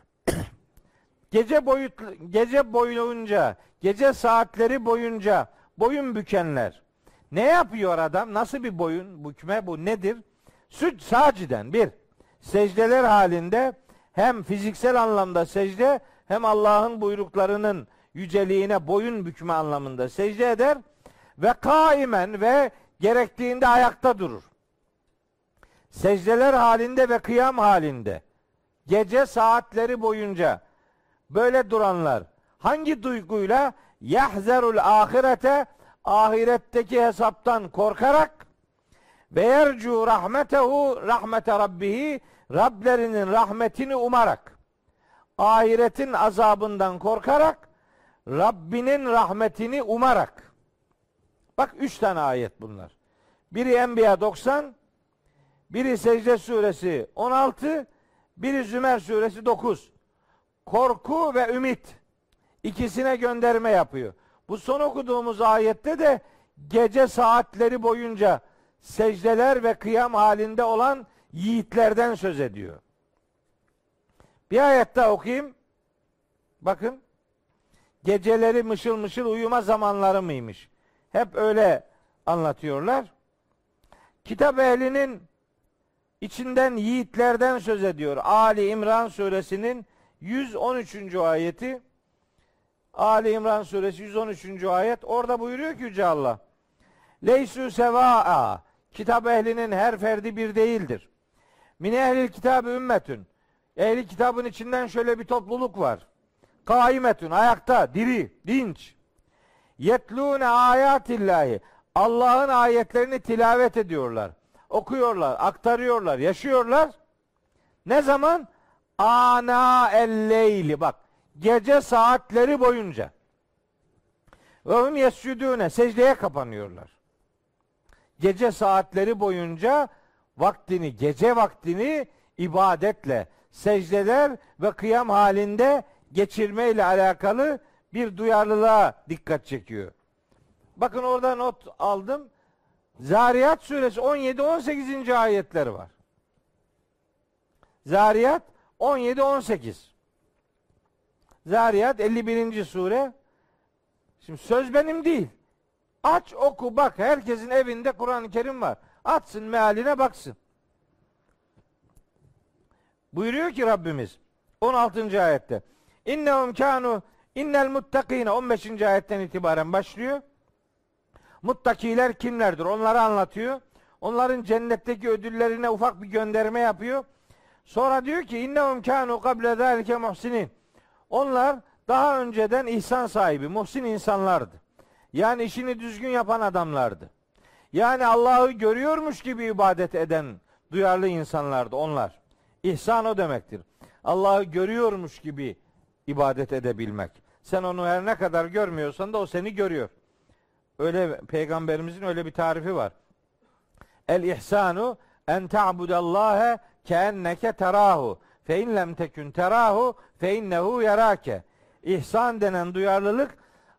Gece boyunca, gece saatleri boyunca boyun bükenler. Ne yapıyor adam? Nasıl bir boyun bükme bu? Nedir? Saciden bir. Secdeler halinde hem fiziksel anlamda secde, hem Allah'ın buyruklarının yüceliğine boyun bükme anlamında secde eder. Ve kaimen, ve gerektiğinde ayakta durur. Secdeler halinde ve kıyam halinde gece saatleri boyunca böyle duranlar hangi duyguyla? Yahzerul ahirete, ahiretteki hesaptan korkarak, ve yercu rahmetehu, rahmete rabbihi, Rablerinin rahmetini umarak, ahiretin azabından korkarak, Rabbinin rahmetini umarak. Bak 3 tane ayet bunlar. Biri Enbiya 90, biri Secde suresi 16, biri Zümer suresi 9. Korku ve ümit ikisine gönderme yapıyor. Bu son okuduğumuz ayette de gece saatleri boyunca secdeler ve kıyam halinde olan yiğitlerden söz ediyor. Bir ayet daha okuyayım. Bakın. Geceleri mışıl mışıl uyuma zamanları mıymış? Hep öyle anlatıyorlar. Kitap ehlinin içinden yiğitlerden söz ediyor. Ali İmran suresinin 113. ayeti. Ali İmran suresi 113. ayet. Orada buyuruyor ki Yüce Allah. Leysü sevâ'a. Kitap ehlinin her ferdi bir değildir. Min ehlil kitabı ümmetün. Ehli kitabın içinden şöyle bir topluluk var. Kaimetün, ayakta, diri, dinç. Yetlûne âyâtillâhi. Allah'ın ayetlerini tilavet ediyorlar. Okuyorlar, aktarıyorlar, yaşıyorlar. Ne zaman? Ana el-leyli. Bak, gece saatleri boyunca. Ve hum yescudûne. Secdeye kapanıyorlar. Gece saatleri boyunca gece vaktini ibadetle, secdeler ve kıyam halinde geçirmeyle alakalı bir duyarlılığa dikkat çekiyor. Bakın orada not aldım. Zariyat suresi 17-18. ayetleri var. Zariyat 17-18. Zariyat 51. sure. Şimdi söz benim değil. Aç, oku, bak. Herkesin evinde Kur'an-ı Kerim var. Açsın, mealine baksın. Buyuruyor ki Rabbimiz 16. ayette. İnnehum kanu innel muttakine 15. ayetten itibaren başlıyor. Muttakiler kimlerdir? Onları anlatıyor. Onların cennetteki ödüllerine ufak bir gönderme yapıyor. Sonra diyor ki innehum kanu kable zalike muhsinin. Onlar daha önceden ihsan sahibi, muhsin insanlardı. Yani işini düzgün yapan adamlardı. Yani Allah'ı görüyormuş gibi ibadet eden duyarlı insanlardı onlar. İhsan o demektir. Allah'ı görüyormuş gibi ibadet edebilmek. Sen onu her ne kadar görmüyorsan da o seni görüyor. Öyle peygamberimizin öyle bir tarifi var. El ihsanu en ta'budallâhe keenneke terahu fe in lem tekun terahu fe innehu yarake. İhsan denen duyarlılık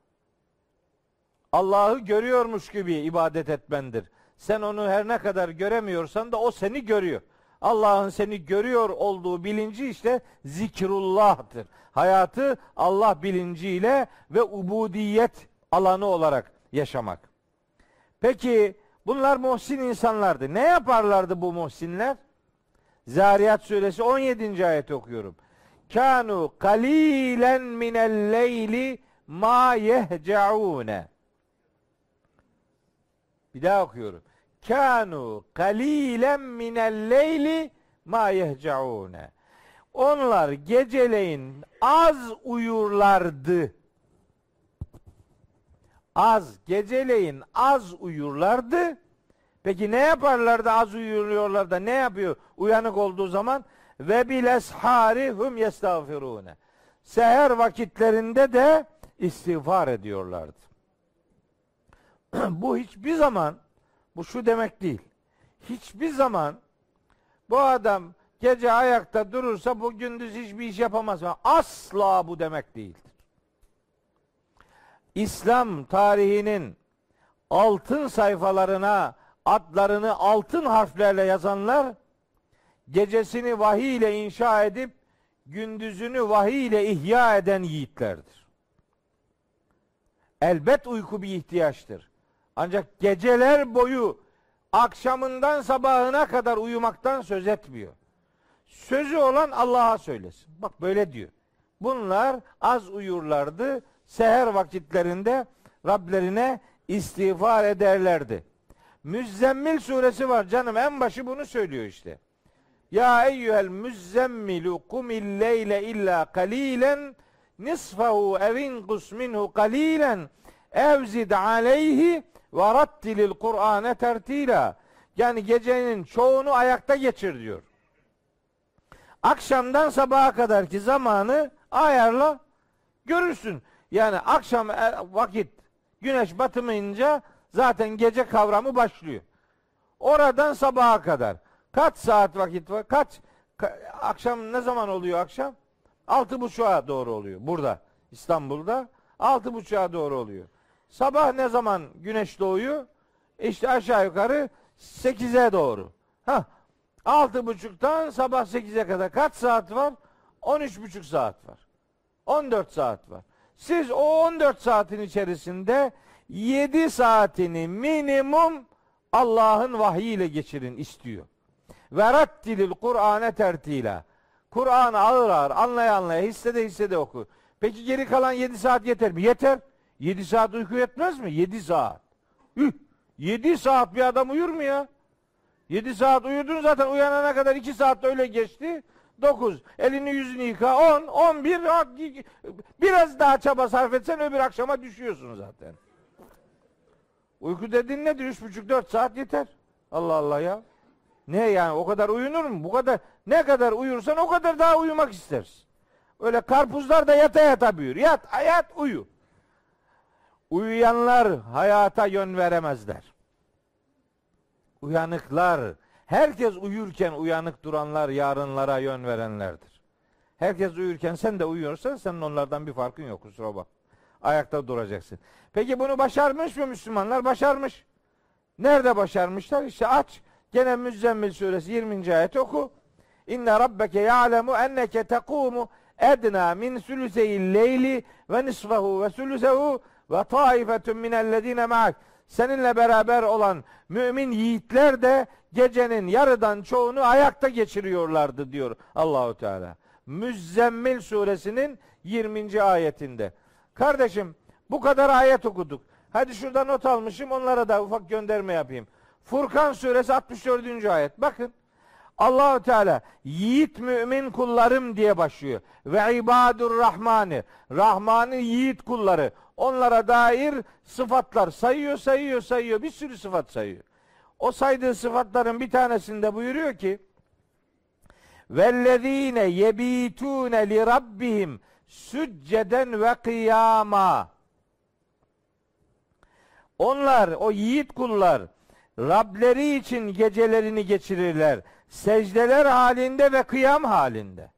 Allah'ı görüyormuş gibi ibadet etmendir. Sen onu her ne kadar göremiyorsan da o seni görüyor. Allah'ın seni görüyor olduğu bilinci işte zikrullah'tır. Hayatı Allah bilinciyle ve ubudiyet alanı olarak yaşamak. Peki bunlar muhsin insanlardı. Ne yaparlardı bu muhsinler? Zariyat suresi 17. ayet okuyorum. Kanu kalilen minel leyli ma yehcaune. Bir daha okuyorum. Kanu kalilen minel leyli ma yehcaune. Onlar geceleyin az uyurlardı. Geceleyin az uyurlardı. Peki ne yaparlardı az uyuyorlar da ne yapıyor uyanık olduğu zaman? Ve bil eshari hum yestağfirune. Seher vakitlerinde de istiğfar ediyorlardı. Bu hiçbir zaman, bu şu demek değil. Hiçbir zaman bu adam gece ayakta durursa bu gündüz hiçbir iş yapamaz. Asla bu demek değildir. İslam tarihinin altın sayfalarına adlarını altın harflerle yazanlar gecesini vahiy ile inşa edip gündüzünü vahiy ile ihya eden yiğitlerdir. Elbet uyku bir ihtiyaçtır. Ancak geceler boyu akşamından sabahına kadar uyumaktan söz etmiyor. Sözü olan Allah'a söylesin. Bak böyle diyor. Bunlar az uyurlardı. Seher vakitlerinde Rablerine istiğfar ederlerdi. Müzzemmil suresi var canım. En başı bunu söylüyor işte. Ya eyyuhel müzzemmilu kumil leyle illa kalilen nisfahu evin kus minhu kalilen evzid aleyhi ve rattilil Kur'ane tertila. Yani gecenin çoğunu ayakta geçir diyor. Akşamdan sabaha kadarki zamanı ayarla, görürsün. Yani akşam vakit güneş batımınca zaten gece kavramı başlıyor. Oradan sabaha kadar kaç saat vakit var? Akşam ne zaman oluyor akşam? 6.30'a doğru oluyor. Burada İstanbul'da 6.30'a doğru oluyor. Sabah ne zaman güneş doğuyor? İşte aşağı yukarı 8'e doğru. 6.30'dan sabah 8'e kadar kaç saat var? 13.5 saat var. 14 saat var. Siz o 14 saatin içerisinde 7 saatini minimum Allah'ın vahyiyle geçirin istiyor. Ve rattilil Kur'ane tertila. Kur'an'ı ağır ağır anlaya anlaya hissede oku. Peki geri kalan 7 saat yeter mi? Yeter. 7 saat uyku yetmez mi? 7 saat. 7 saat bir adam uyur mu ya? 7 saat uyudun zaten uyanana kadar 2 saat öyle geçti. 9. Elini yüzünü yıka. 10. 11. Biraz daha çaba sarf etsen öbür akşama düşüyorsun zaten. Uyku dediğin nedir? 3,5-4 saat yeter. Allah Allah ya. Ne yani o kadar uyunur mu? Bu kadar ne kadar uyursan o kadar daha uyumak istersin. Öyle karpuzlar da yata yata büyür. Yat uyu. Uyuyanlar hayata yön veremezler. Uyanıklar, herkes uyurken uyanık duranlar yarınlara yön verenlerdir. Herkes uyurken sen de uyuyorsan senin onlardan bir farkın yok, kusura bak. ayakta duracaksın. Peki bunu başarmış mı Müslümanlar? Başarmış. Nerede başarmışlar? İşte aç. Gene Müzzemmil suresi 20. ayet oku. İnne rabbeke ya'lemu enneke tekumu edna min sülüseyil leyli ve nisfahu ve sülüsehu ve taifetun minellezine ma'ak. Seninle beraber olan mümin yiğitler de gecenin yarıdan çoğunu ayakta geçiriyorlardı diyor Allahu Teala. Müzzemmil suresinin 20. ayetinde. Kardeşim bu kadar ayet okuduk. Hadi şurada not almışım, onlara da ufak gönderme yapayım. Furkan suresi 64. ayet. Bakın. Allahu Teala yiğit mümin kullarım diye başlıyor. Ve ibadur rahmani. Rahman'ın yiğit kulları. Onlara dair sıfatlar sayıyor. Bir sürü sıfat sayıyor. O saydığı sıfatların bir tanesinde buyuruyor ki vellezine yebitune li rabbihim sücceden ve kıyama. Onlar, o yiğit kullar Rableri için gecelerini geçirirler. Secdeler halinde ve kıyam halinde.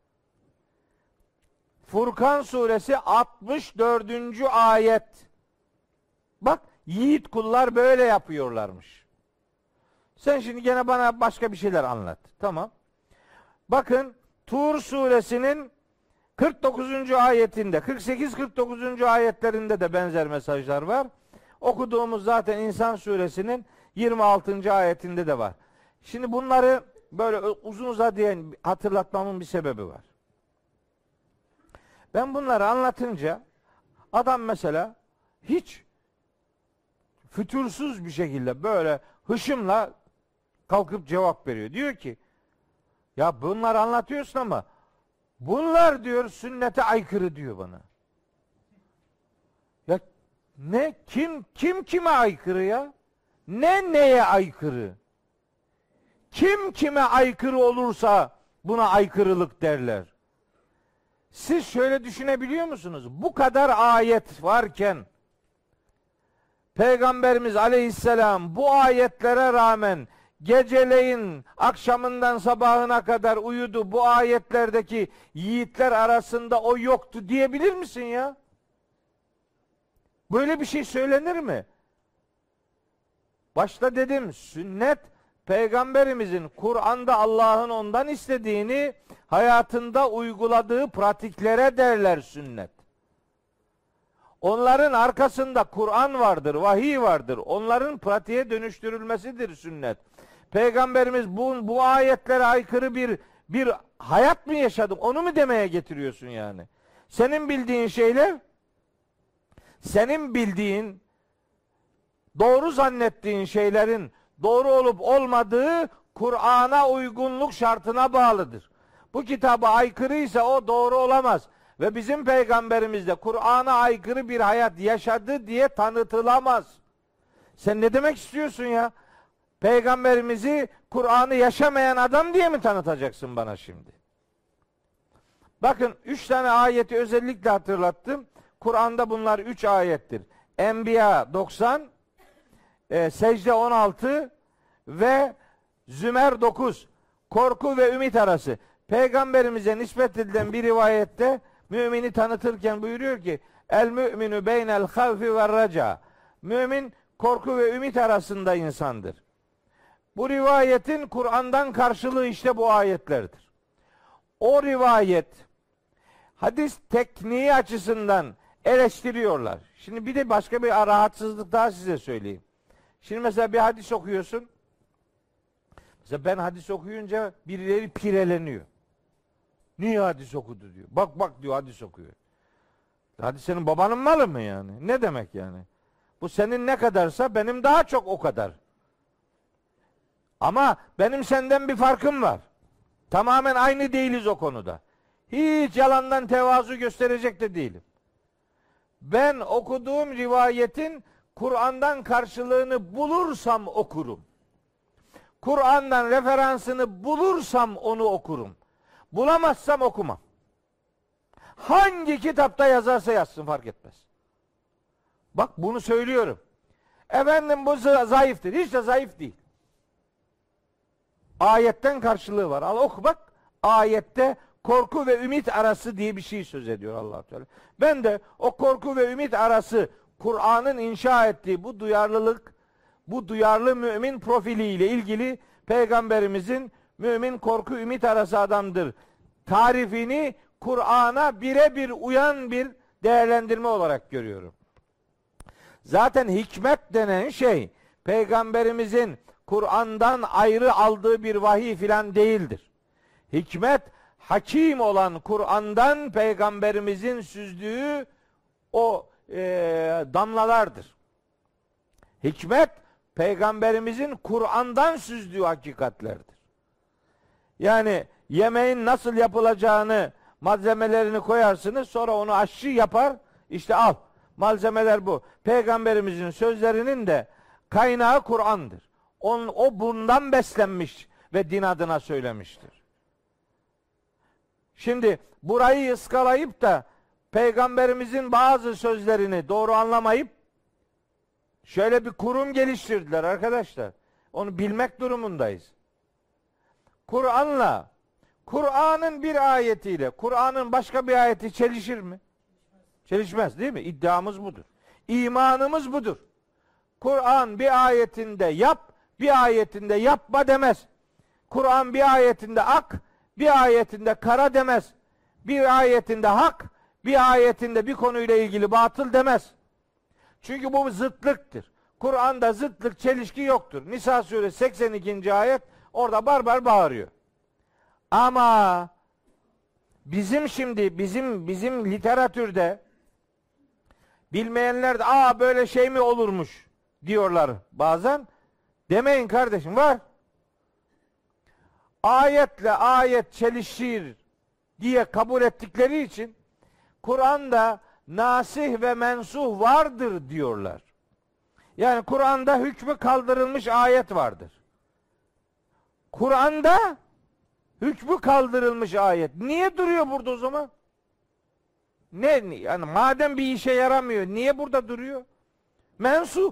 Furkan suresi 64. ayet. Bak, yiğit kullar böyle yapıyorlarmış. Sen şimdi gene bana başka bir şeyler anlat. Tamam. Bakın Tur suresinin 49. ayetinde, 48-49. ayetlerinde de benzer mesajlar var. Okuduğumuz zaten İnsan suresinin 26. ayetinde de var. Şimdi bunları böyle uzun uzadıya hatırlatmamın bir sebebi var. Ben bunları anlatınca adam mesela hiç fütursuz bir şekilde böyle hışımla kalkıp cevap veriyor. Diyor ki ya bunları anlatıyorsun ama bunlar diyor sünnete aykırı diyor bana. Ya ne? Kim kime aykırı ya? Neye aykırı? Kim kime aykırı olursa buna aykırılık derler. Siz şöyle düşünebiliyor musunuz? Bu kadar ayet varken Peygamberimiz Aleyhisselam bu ayetlere rağmen geceleyin akşamından sabahına kadar uyudu. Bu ayetlerdeki yiğitler arasında o yoktu diyebilir misin ya? Böyle bir şey söylenir mi? Başta dedim, sünnet Peygamberimizin Kur'an'da Allah'ın ondan istediğini hayatında uyguladığı pratiklere derler sünnet. Onların arkasında Kur'an vardır, vahiy vardır. Onların pratiğe dönüştürülmesidir sünnet. Peygamberimiz bu ayetlere aykırı bir hayat mı yaşadı? Onu mu demeye getiriyorsun yani? Senin bildiğin şeyler, senin bildiğin, doğru zannettiğin şeylerin doğru olup olmadığı Kur'an'a uygunluk şartına bağlıdır. Bu kitaba aykırıysa o doğru olamaz. Ve bizim peygamberimiz de Kur'an'a aykırı bir hayat yaşadı diye tanıtılamaz. Sen ne demek istiyorsun ya? Peygamberimizi Kur'an'ı yaşamayan adam diye mi tanıtacaksın bana şimdi? Bakın 3 tane ayeti özellikle hatırlattım. Kur'an'da bunlar 3 ayettir. Enbiya 90, Secde 16 ve Zümer 9. Korku ve ümit arası. Peygamberimize nispet edilen bir rivayette mümini tanıtırken buyuruyor ki el mü'minu beynel havfi ve raca. Mümin korku ve ümit arasında insandır. Bu rivayetin Kur'an'dan karşılığı işte bu ayetlerdir. O rivayet hadis tekniği açısından eleştiriyorlar. Şimdi bir de başka bir rahatsızlık daha size söyleyeyim. Şimdi mesela bir hadis okuyorsun. Mesela ben hadis okuyunca birileri pireleniyor. Niye hadis okudu diyor. Bak diyor hadis okuyor. Hadis senin babanın malı mı yani? Ne demek yani? Bu senin ne kadarsa benim daha çok o kadar. Ama benim senden bir farkım var. Tamamen aynı değiliz o konuda. Hiç yalandan tevazu gösterecek de değilim. Ben okuduğum rivayetin Kur'an'dan karşılığını bulursam okurum. Kur'an'dan referansını bulursam onu okurum. Bulamazsam okumam. Hangi kitapta yazarsa yazsın fark etmez. Bak bunu söylüyorum. Efendim bu zayıftır. Hiç de zayıf değil. Ayetten karşılığı var. Al oku bak. Ayette korku ve ümit arası diye bir şey söz ediyor Allah Teala. Ben de o korku ve ümit arası Kur'an'ın inşa ettiği bu duyarlılık, bu duyarlı mümin profiliyle ilgili Peygamberimizin mümin korku ümit arası adamdır tarifini Kur'an'a birebir uyan bir değerlendirme olarak görüyorum. Zaten hikmet denen şey Peygamberimizin Kur'an'dan ayrı aldığı bir vahiy filan değildir. Hikmet hakim olan Kur'an'dan Peygamberimizin süzdüğü o damlalardır. Hikmet Peygamberimizin Kur'an'dan süzdüğü hakikatlerdir. Yani yemeğin nasıl yapılacağını malzemelerini koyarsınız, sonra onu aşçı yapar. İşte al, malzemeler bu. Peygamberimizin sözlerinin de kaynağı Kur'an'dır. O bundan beslenmiş ve din adına söylemiştir. Şimdi burayı ıskalayıp da Peygamberimizin bazı sözlerini doğru anlamayıp şöyle bir kurum geliştirdiler arkadaşlar. Onu bilmek durumundayız. Kur'an'ın bir ayetiyle Kur'an'ın başka bir ayeti çelişir mi? Çelişmez değil mi? İddiamız budur. İmanımız budur. Kur'an bir ayetinde yap, bir ayetinde yapma demez. Kur'an bir ayetinde ak, bir ayetinde kara demez. Bir ayetinde hak, bir ayetinde bir konuyla ilgili batıl demez. Çünkü bu zıtlıktır. Kur'an'da zıtlık, çelişki yoktur. Nisa suresi 82. ayet orada barbar bağırıyor. Ama bizim literatürde bilmeyenler de böyle şey mi olurmuş diyorlar bazen. Demeyin kardeşim, var. Ayetle ayet çelişir diye kabul ettikleri için Kur'an'da nasih ve mensuh vardır diyorlar. Yani Kur'an'da hükmü kaldırılmış ayet vardır. Kur'an'da hükmü kaldırılmış ayet. Niye duruyor burada o zaman? Yani madem bir işe yaramıyor, niye burada duruyor? Mensuh.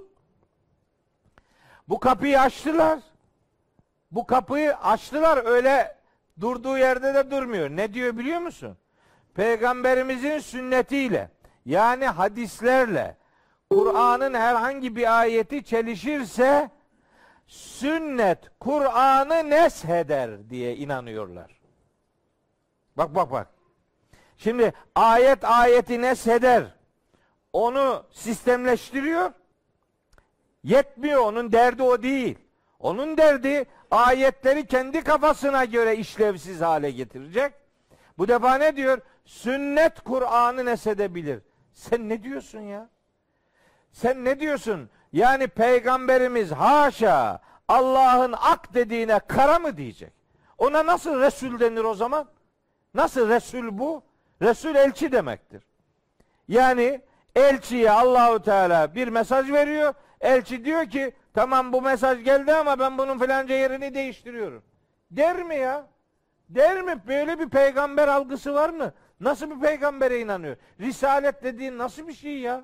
Bu kapıyı açtılar. Bu kapıyı açtılar, öyle durduğu yerde de durmuyor. Ne diyor biliyor musun? Peygamberimizin sünnetiyle, yani hadislerle Kur'an'ın herhangi bir ayeti çelişirse sünnet Kur'an'ı nesheder diye inanıyorlar. Bak. Şimdi ayeti nesheder. Onu sistemleştiriyor. Yetmiyor, onun derdi o değil. Onun derdi ayetleri kendi kafasına göre işlevsiz hale getirecek. Bu defa ne diyor? Sünnet Kur'an'ı neshedebilir. Sen ne diyorsun ya? Sen ne diyorsun? Yani Peygamberimiz haşa Allah'ın ak dediğine kara mı diyecek? Ona nasıl Resul denir o zaman? Nasıl Resul bu? Resul elçi demektir. Yani elçiye Allahu Teala bir mesaj veriyor. Elçi diyor ki tamam, bu mesaj geldi ama ben bunun filanca yerini değiştiriyorum. Der mi ya? Der mi? Böyle bir peygamber algısı var mı? Nasıl bir peygambere inanıyor? Risalet dediğin nasıl bir şey ya?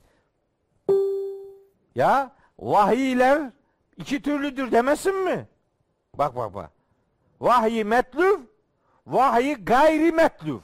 Ya vahiyler iki türlüdür demesin mi? Bak. Vahiy metluf, vahiy gayri metluf.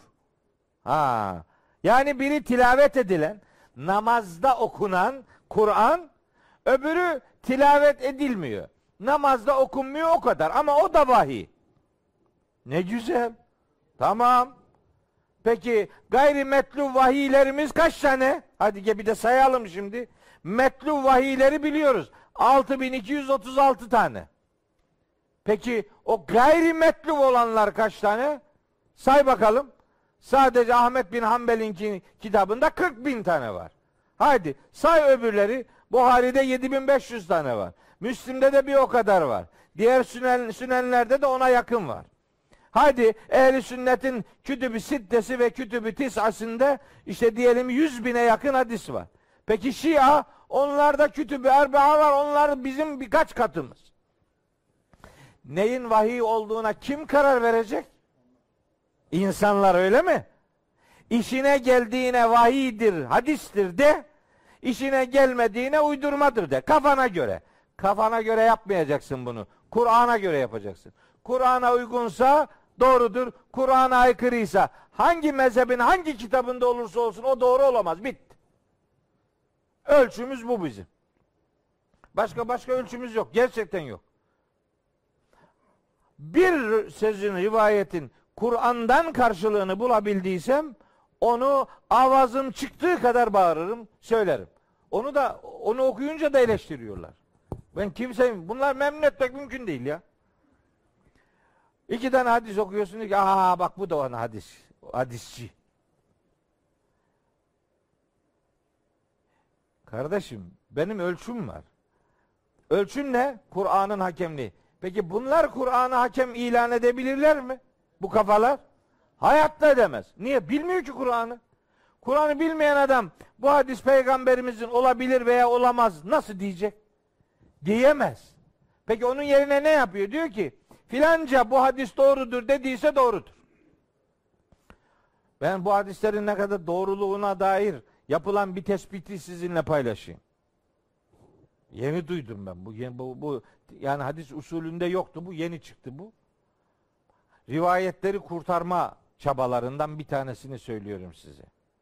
Yani biri tilavet edilen, namazda okunan Kur'an, öbürü tilavet edilmiyor. Namazda okunmuyor, o kadar, ama o da vahiy. Ne güzel. Tamam. Peki gayri metlu vahiylerimiz kaç tane? Hadi bir de sayalım şimdi. Metlu vahiyleri biliyoruz. 6236 tane. Peki o gayri metlu olanlar kaç tane? Say bakalım. Sadece Ahmet bin Hanbel'in kitabında 40.000 tane var. Haydi say öbürleri. Buhari'de 7500 tane var. Müslim'de de bir o kadar var. Diğer sünenlerde de ona yakın var. Haydi Ehl-i Sünnet'in Kütüb-i Sittesi ve Kütüb-i Tis'asında işte diyelim 100.000'e yakın hadis var. Peki Şia, onlarda Kütüb-i Erbaa var. Onlar bizim birkaç katımız. Neyin vahiy olduğuna kim karar verecek? İnsanlar, öyle mi? İşine geldiğine vahiydir, hadistir de, işine gelmediğine uydurmadır de. Kafana göre. Kafana göre yapmayacaksın bunu. Kur'an'a göre yapacaksın. Kur'an'a uygunsa doğrudur. Kur'an'a aykırıysa hangi mezhebin hangi kitabında olursa olsun o doğru olamaz. Bitti. Ölçümüz bu bizim. Başka ölçümüz yok. Gerçekten yok. Bir sözün, rivayetin Kur'an'dan karşılığını bulabildiysem onu avazım çıktığı kadar bağırırım, söylerim. Onu okuyunca da eleştiriyorlar. Ben kimse, bunlar memnun etmek mümkün değil ya. 2 tane hadis okuyorsun ki bak bu da ona hadisçi. Kardeşim benim ölçüm var. Ölçüm ne? Kur'an'ın hakemliği. Peki bunlar Kur'an'ı hakem ilan edebilirler mi? Bu kafalar? Hayatta edemez. Niye? Bilmiyor ki Kur'an'ı. Kur'an'ı bilmeyen adam bu hadis peygamberimizin olabilir veya olamaz nasıl diyecek? Diyemez. Peki onun yerine ne yapıyor? Diyor ki filanca bu hadis doğrudur dediyse doğrudur. Ben bu hadislerin ne kadar doğruluğuna dair yapılan bir tespiti sizinle paylaşayım. Yeni duydum ben. Bu yani hadis usulünde yoktu. Bu yeni çıktı bu. Rivayetleri kurtarma çabalarından bir tanesini söylüyorum size.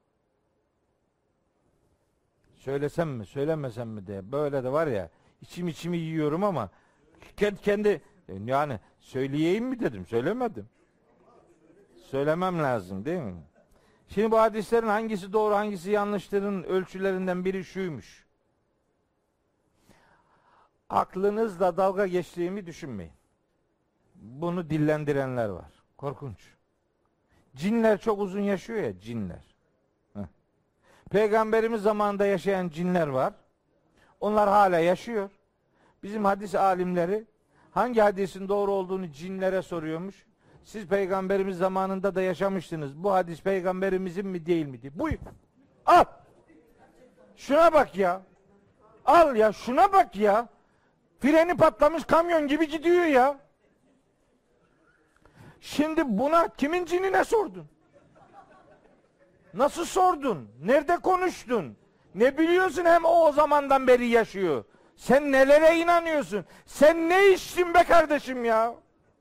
Söylesem mi, söylemesem mi diye. Böyle de var ya, içimi yiyorum ama kendi yani söyleyeyim mi dedim, söylemedim. Söylemem lazım değil mi? Şimdi bu hadislerin hangisi doğru, hangisi yanlıştırın ölçülerinden biri şuymuş. Aklınızla dalga geçtiğimi düşünmeyin. Bunu dillendirenler var. Korkunç. Cinler çok uzun yaşıyor ya, cinler. Peygamberimiz zamanında yaşayan cinler var. Onlar hala yaşıyor. Bizim hadis alimleri hangi hadisin doğru olduğunu cinlere soruyormuş. Siz peygamberimiz zamanında da yaşamıştınız. Bu hadis peygamberimizin mi değil mi diye. Buyur. Al. Şuna bak ya. Al ya, şuna bak ya. Freni patlamış kamyon gibi gidiyor ya. Şimdi buna kimin cinine sordun? Nasıl sordun? Nerede konuştun? Ne biliyorsun, hem o zamandan beri yaşıyor. Sen nelere inanıyorsun? Sen ne içtin be kardeşim ya?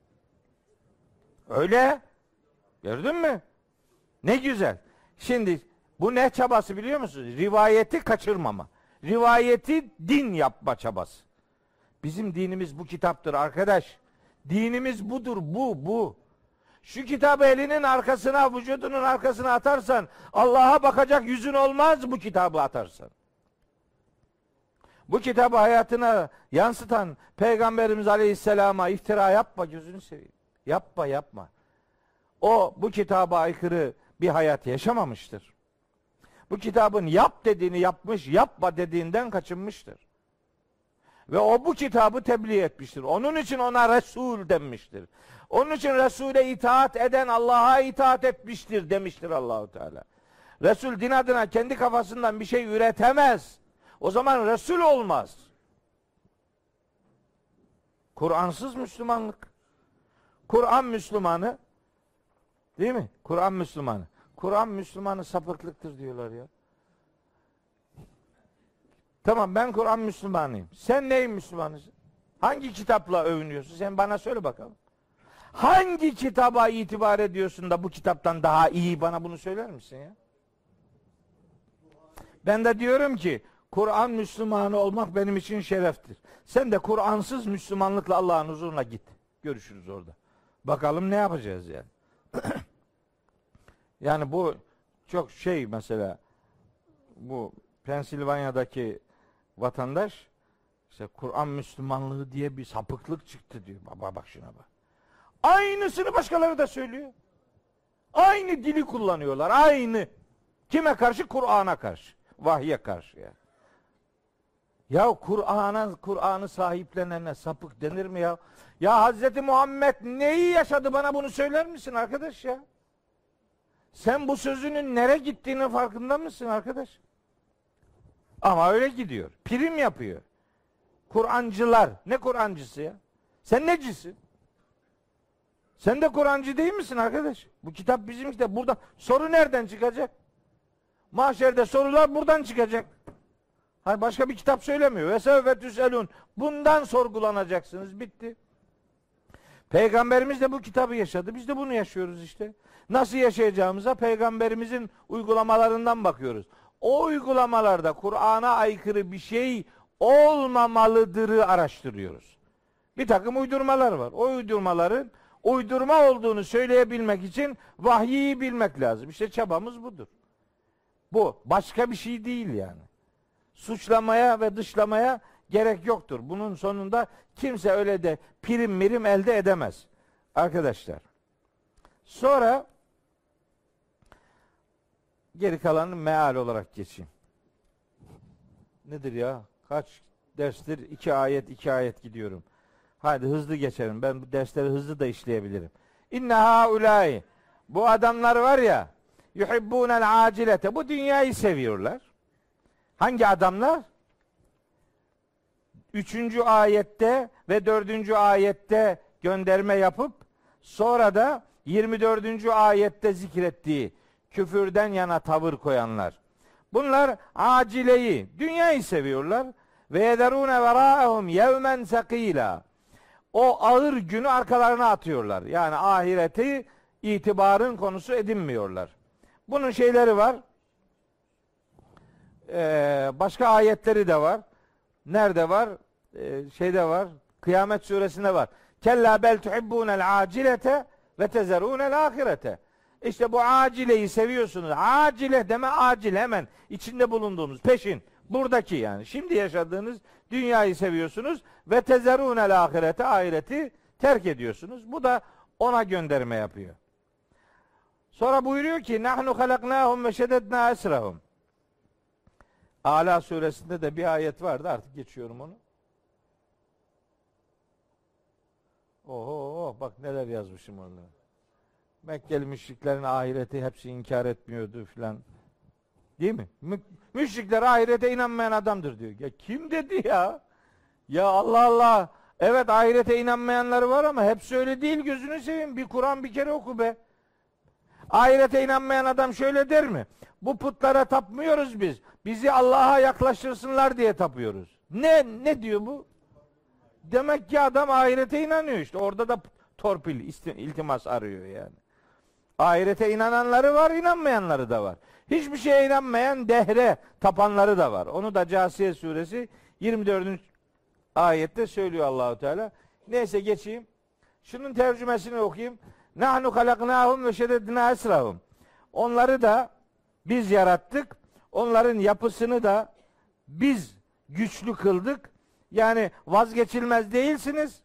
Öyle. Gördün mü? Ne güzel. Şimdi bu ne çabası biliyor musun? Rivayeti kaçırmama. Rivayeti din yapma çabası. Bizim dinimiz bu kitaptır arkadaş. Dinimiz budur, bu. Şu kitabı elinin arkasına, vücudunun arkasına atarsan Allah'a bakacak yüzün olmaz bu kitabı atarsan. Bu kitabı hayatına yansıtan Peygamberimiz Aleyhisselam'a iftira yapma, gözünü seveyim. Yapma. O bu kitaba aykırı bir hayat yaşamamıştır. Bu kitabın yap dediğini yapmış, yapma dediğinden kaçınmıştır. Ve o bu kitabı tebliğ etmiştir. Onun için ona Resul denmiştir. Onun için Resul'e itaat eden Allah'a itaat etmiştir demiştir Allahu Teala. Resul din adına kendi kafasından bir şey üretemez. O zaman Resul olmaz. Kur'ansız Müslümanlık. Kur'an Müslümanı değil mi? Kur'an Müslümanı. Kur'an Müslümanı sapıklıktır diyorlar ya. Tamam, ben Kur'an Müslümanıyım. Sen neyin Müslümanısın? Hangi kitapla övünüyorsun? Sen bana söyle bakalım. Hangi kitaba itibar ediyorsun da bu kitaptan daha iyi, bana bunu söyler misin ya? Ben de diyorum ki Kur'an Müslümanı olmak benim için şereftir. Sen de Kur'ansız Müslümanlıkla Allah'ın huzuruna git. Görüşürüz orada. Bakalım ne yapacağız yani. Yani bu çok mesela bu Pensilvanya'daki vatandaş işte Kur'an Müslümanlığı diye bir sapıklık çıktı diyor. Bak şuna bak. Aynısını başkaları da söylüyor. Aynı dili kullanıyorlar. Aynı. Kime karşı? Kur'an'a karşı. Vahye karşı ya. Ya Kur'an'ı sahiplenene sapık denir mi ya? Ya Hazreti Muhammed neyi yaşadı, bana bunu söyler misin arkadaş ya? Sen bu sözünün nereye gittiğinin farkında mısın arkadaş? Ama öyle gidiyor. Prim yapıyor. Kur'ancılar. Ne Kur'ancısı ya? Sen necisin? Sen de Kur'ancı değil misin arkadaş? Bu kitap bizim kitap. Burada soru nereden çıkacak? Mahşerde sorular buradan çıkacak. Hani başka bir kitap söylemiyor. Vesevve tüselun. Bundan sorgulanacaksınız. Bitti. Peygamberimiz de bu kitabı yaşadı. Biz de bunu yaşıyoruz işte. Nasıl yaşayacağımıza peygamberimizin uygulamalarından bakıyoruz. O uygulamalarda Kur'an'a aykırı bir şey olmamalıdırı araştırıyoruz. Bir takım uydurmalar var. O uydurmaların uydurma olduğunu söyleyebilmek için vahyi bilmek lazım. İşte çabamız budur. Bu başka bir şey değil yani. Suçlamaya ve dışlamaya gerek yoktur. Bunun sonunda kimse öyle de prim mirim elde edemez. Arkadaşlar. Sonra geri kalanı meal olarak geçeyim. Nedir ya? Kaç derstir? 2 ayet gidiyorum. Hadi hızlı geçelim. Ben bu dersleri hızlı da işleyebilirim. İnne haulâi. Bu adamlar var ya, yuhibbûnel acilete. Bu dünyayı seviyorlar. Hangi adamlar? 3. ayette ve 4. ayette gönderme yapıp sonra da 24. ayette zikrettiği küfürden yana tavır koyanlar. Bunlar acileyi, dünyayı seviyorlar. Ve yederûne verâehum yevmen sekîlâ. O ağır günü arkalarına atıyorlar. Yani ahireti itibarın konusu edinmiyorlar. Bunun şeyleri var. Başka ayetleri de var. Nerede var? Şeyde var. Kıyamet suresinde var. Kella bel tuhibbûnel acilete ve tezerûnel ahirete. İşte bu acileyi seviyorsunuz. Acile deme, acil hemen içinde bulunduğumuz peşin. Buradaki yani. Şimdi yaşadığınız dünyayı seviyorsunuz ve tezerûnel ahirete, ahireti terk ediyorsunuz. Bu da ona gönderme yapıyor. Sonra buyuruyor ki nahnu halaknâhum ve şeddednâ esrahum. Ala suresinde de bir ayet vardı. Artık geçiyorum onu. Oho bak neler yazmışım orada. Mekkeli müşriklerin ahireti hepsi inkar etmiyordu filan. Değil mi? Müşrikler ahirete inanmayan adamdır diyor. Ya kim dedi ya? Ya Allah Allah. Evet ahirete inanmayanları var ama hepsi öyle değil, gözünü seveyim. Bir Kur'an bir kere oku be. Ahirete inanmayan adam şöyle der mi? Bu putlara tapmıyoruz biz. Bizi Allah'a yaklaştırsınlar diye tapıyoruz. Ne diyor bu? Demek ki adam ahirete inanıyor işte. Orada da torpil, iltimas arıyor yani. Ahirete inananları var, inanmayanları da var. Hiçbir şeye inanmayan dehre tapanları da var. Onu da Câsiye suresi 24. ayette söylüyor Allahu Teala. Neyse geçeyim. Şunun tercümesini okuyayım. Nahnu halaknâhum ve şeddednâ esrahum. Onları da biz yarattık. Onların yapısını da biz güçlü kıldık. Yani vazgeçilmez değilsiniz.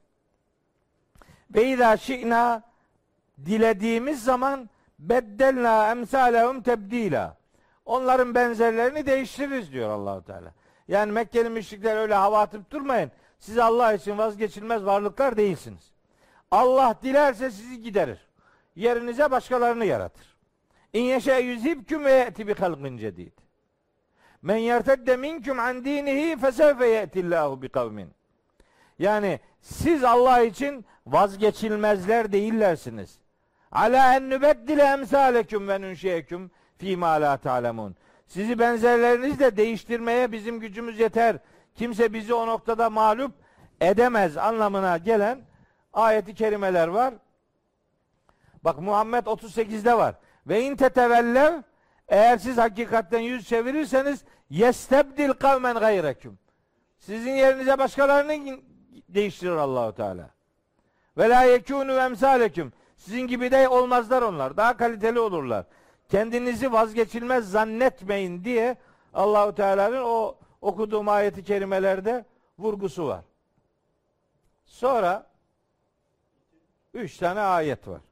Ve izâ şi'nâ, dilediğimiz zaman beddelnâ emsâlehum tebdîlâ. Onların benzerlerini değiştiririz diyor Allahu Teala. Yani Mekkeli müşrikler öyle hava atıp durmayın. Siz Allah için vazgeçilmez varlıklar değilsiniz. Allah dilerse sizi giderir. Yerinize başkalarını yaratır. İn yeşe yüzhibküm ve ye'ti bi halqin cedid. Men yertedde minkum an dinihi fesevfe ye'tillâhu bi kavmin. Yani siz Allah için vazgeçilmezler değillersiniz. Ala en nübeddile emsaleküm ve nünşiyeküm fîmâ lâ ta'lemûn. Sizi benzerlerinizle değiştirmeye bizim gücümüz yeter. Kimse bizi o noktada mağlup edemez anlamına gelen ayeti kerimeler var. Bak Muhammed 38'de var. Ve in tetevellev, eğer siz hakikatten yüz çevirirseniz yestebdil kavmen gayreküm. Sizin yerinize başkalarını değiştirir Allahu Teala. Ve la yekûnü emsaleküm. Sizin gibi de olmazlar onlar. Daha kaliteli olurlar. Kendinizi vazgeçilmez zannetmeyin diye Allahu Teala'nın o okuduğum ayeti kerimelerde vurgusu var. Sonra 3 tane ayet var.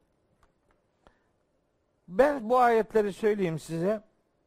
Ben bu ayetleri söyleyeyim size.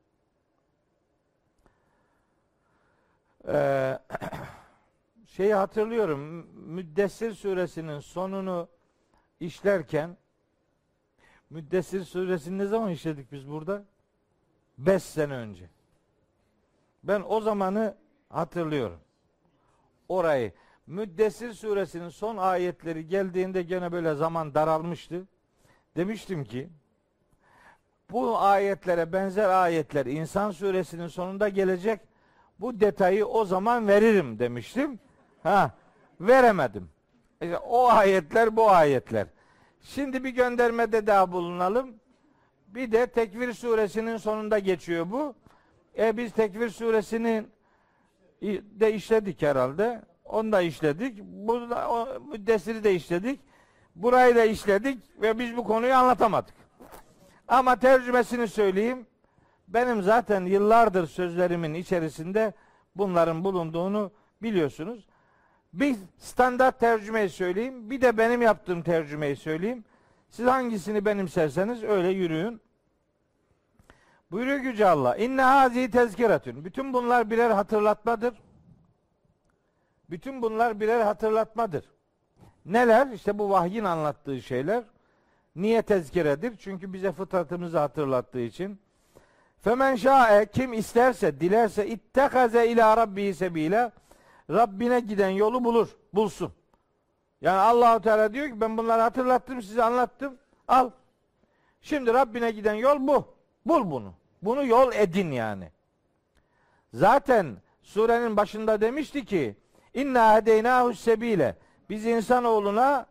Şeyi hatırlıyorum. Müddessir suresinin sonunu işlerken, Müddessir suresini ne zaman işledik biz burada? 5 sene önce. Ben o zamanı hatırlıyorum. Orayı. Müddessir suresinin son ayetleri geldiğinde gene böyle zaman daralmıştı. Demiştim ki bu ayetlere benzer ayetler İnsan suresinin sonunda gelecek. Bu detayı o zaman veririm demiştim. Veremedim. İşte o ayetler bu ayetler. Şimdi bir göndermede daha bulunalım. Bir de Tekvir suresinin sonunda geçiyor bu. Biz Tekvir suresini de işledik herhalde. Onu da işledik. Bu da, Müddessir'i de işledik. Burayı da işledik ve biz bu konuyu anlatamadık. Ama tercümesini söyleyeyim. Benim zaten yıllardır sözlerimin içerisinde bunların bulunduğunu biliyorsunuz. Bir standart tercümeyi söyleyeyim. Bir de benim yaptığım tercümeyi söyleyeyim. Siz hangisini benimserseniz öyle yürüyün. Buyuruyor Yüce Allah. İnne hazi tezkiratün. Bütün bunlar birer hatırlatmadır. Bütün bunlar birer hatırlatmadır. Neler? İşte bu vahyin anlattığı şeyler. Niye tezkiredir? Çünkü bize fıtratımızı hatırlattığı için. Femen şa'e, kim isterse, dilerse ittekaze ila rabbihi sebila, Rabbine giden yolu bulsun. Yani Allahu Teala diyor ki ben bunları hatırlattım, size anlattım. Al. Şimdi Rabbine giden yol bu. Bul bunu. Bunu yol edin yani. Zaten surenin başında demişti ki İnna hedeynahu sebile. Biz insanoğluna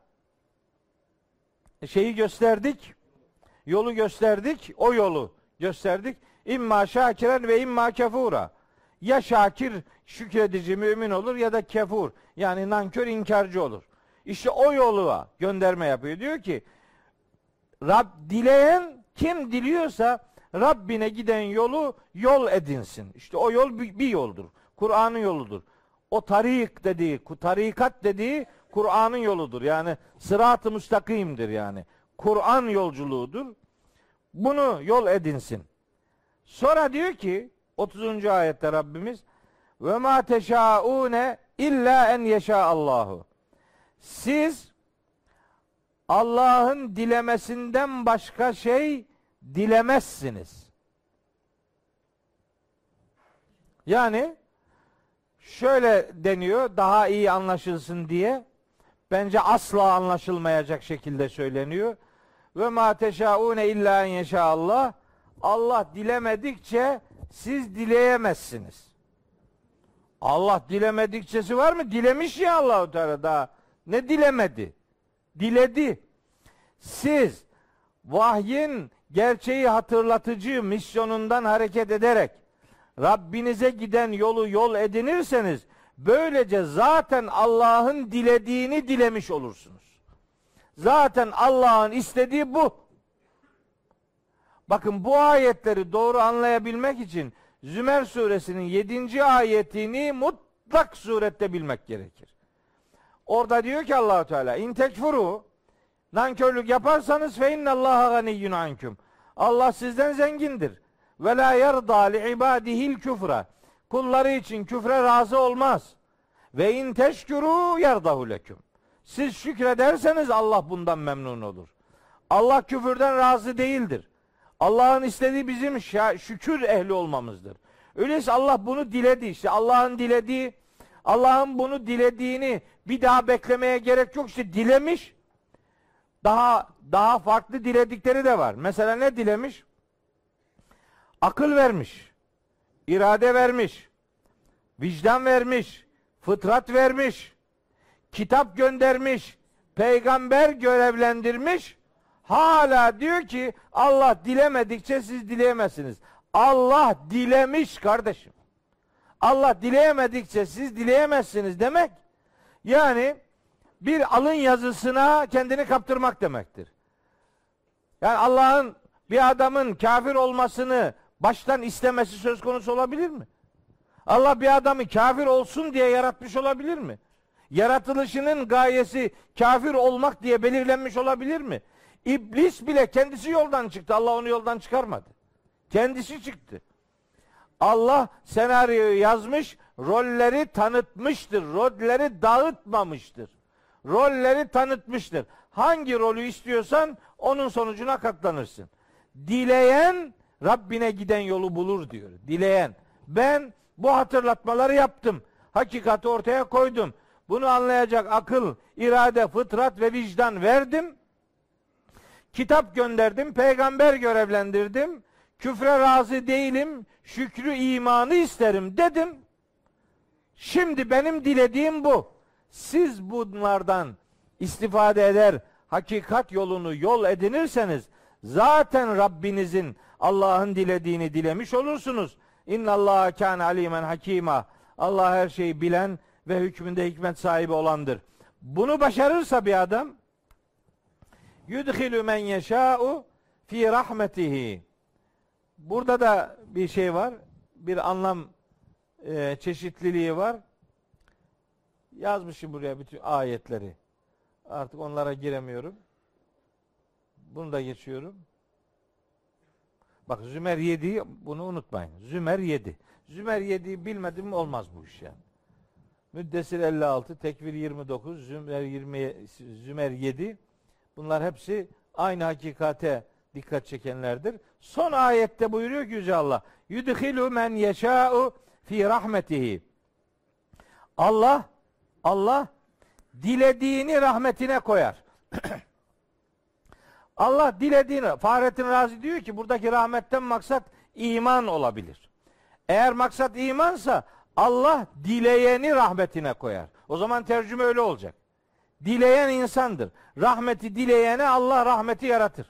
şeyi gösterdik. Yolu gösterdik. O yolu gösterdik. İmma şakiren ve imma kefura. Ya şakir, şükredici mümin olur ya da kefur. Yani nankör, inkarcı olur. İşte o yolu gönderme yapıyor. Diyor ki dileyen kim diliyorsa Rabbine giden yolu yol edinsin. İşte o yol bir yoldur. Kur'an'ın yoludur. O tarikat dediği Kur'an'ın yoludur. Yani sırat-ı müstakimdir yani. Kur'an yolculuğudur. Bunu yol edinsin. Sonra diyor ki 30. ayette Rabbimiz ve ma teşaune illa en yeşa Allahu. Siz Allah'ın dilemesinden başka şey dilemezsiniz. Yani şöyle deniyor daha iyi anlaşılsın diye. Bence asla anlaşılmayacak şekilde söyleniyor. Ve ma teşaune illa en yeşa Allah. Allah dilemedikçe siz dileyemezsiniz. Allah dilemedikçesi var mı? Dilemiş ya Allahu Teala daha. Ne dilemedi? Diledi. Siz vahyin gerçeği hatırlatıcı misyonundan hareket ederek Rabbinize giden yolu yol edinirseniz böylece zaten Allah'ın dilediğini dilemiş olursunuz. Zaten Allah'ın istediği bu. Bakın bu ayetleri doğru anlayabilmek için Zümer suresinin 7. ayetini mutlak surette bilmek gerekir. Orada diyor ki Allah-u Teala in tekfuru, nankörlük yaparsanız fe innallaha ganiyyun ankum. Allah sizden zengindir. Ve la yerda li ibadihil küfra. Kulları için küfre razı olmaz. Ve in teşkuru yerdahu leküm. Siz şükrederseniz Allah bundan memnun olur. Allah küfürden razı değildir. Allah'ın istediği bizim şükür ehli olmamızdır. Öyleyse Allah bunu diledi. İşte Allah'ın dilediği, Allah'ın bunu dilediğini bir daha beklemeye gerek yok. İşte dilemiş. Daha farklı diledikleri de var. Mesela ne dilemiş? Akıl vermiş. İrade vermiş. Vicdan vermiş. Fıtrat vermiş. Kitap göndermiş. Peygamber görevlendirmiş. Hala diyor ki Allah dilemedikçe siz dileyemezsiniz. Allah dilemiş kardeşim. Allah dileyemedikçe siz dileyemezsiniz demek. Yani bir alın yazısına kendini kaptırmak demektir. Yani Allah'ın bir adamın kafir olmasını baştan istemesi söz konusu olabilir mi? Allah bir adamı kafir olsun diye yaratmış olabilir mi? Yaratılışının gayesi kafir olmak diye belirlenmiş olabilir mi? İblis bile kendisi yoldan çıktı. Allah onu yoldan çıkarmadı. Kendisi çıktı. Allah senaryoyu yazmış, rolleri tanıtmıştır. Rolleri dağıtmamıştır. Rolleri tanıtmıştır. Hangi rolü istiyorsan onun sonucuna katlanırsın. Dileyen Rabbine giden yolu bulur diyor. Dileyen. Ben bu hatırlatmaları yaptım. Hakikati ortaya koydum. Bunu anlayacak akıl, irade, fıtrat ve vicdan verdim. Kitap gönderdim, peygamber görevlendirdim. Küfre razı değilim, şükrü imanı isterim dedim. Şimdi benim dilediğim bu. Siz bunlardan istifade eder, hakikat yolunu yol edinirseniz zaten Rabbinizin, Allah'ın dilediğini dilemiş olursunuz. İnnallâhe kâne alîmen hakîmâ. Allah her şeyi bilen ve hükmünde hikmet sahibi olandır. Bunu başarırsa bir adam, yudhilü men yeşâ'u fî rahmetihi. Burada da bir şey var. Bir anlam çeşitliliği var. Yazmışım buraya bütün ayetleri. Artık onlara giremiyorum. Bunu da geçiyorum. Bak Zümer 7'yi bunu unutmayın. Zümer 7. Zümer 7'yi bilmedim mi olmaz bu iş yani. Müddessir 56, Tekvir 29, Zümer 20, Zümer 7. Bunlar hepsi aynı hakikate dikkat çekenlerdir. Son ayette buyuruyor ki Yüce Allah, yudhilu men yeşâ'u fi rahmetihi. Allah dilediğini rahmetine koyar. Allah dilediğini, Fahrettin Razi diyor ki buradaki rahmetten maksat iman olabilir. Eğer maksat imansa Allah dileyeni rahmetine koyar. O zaman tercüme öyle olacak. Dileyen insandır. Rahmeti dileyene Allah rahmeti yaratır.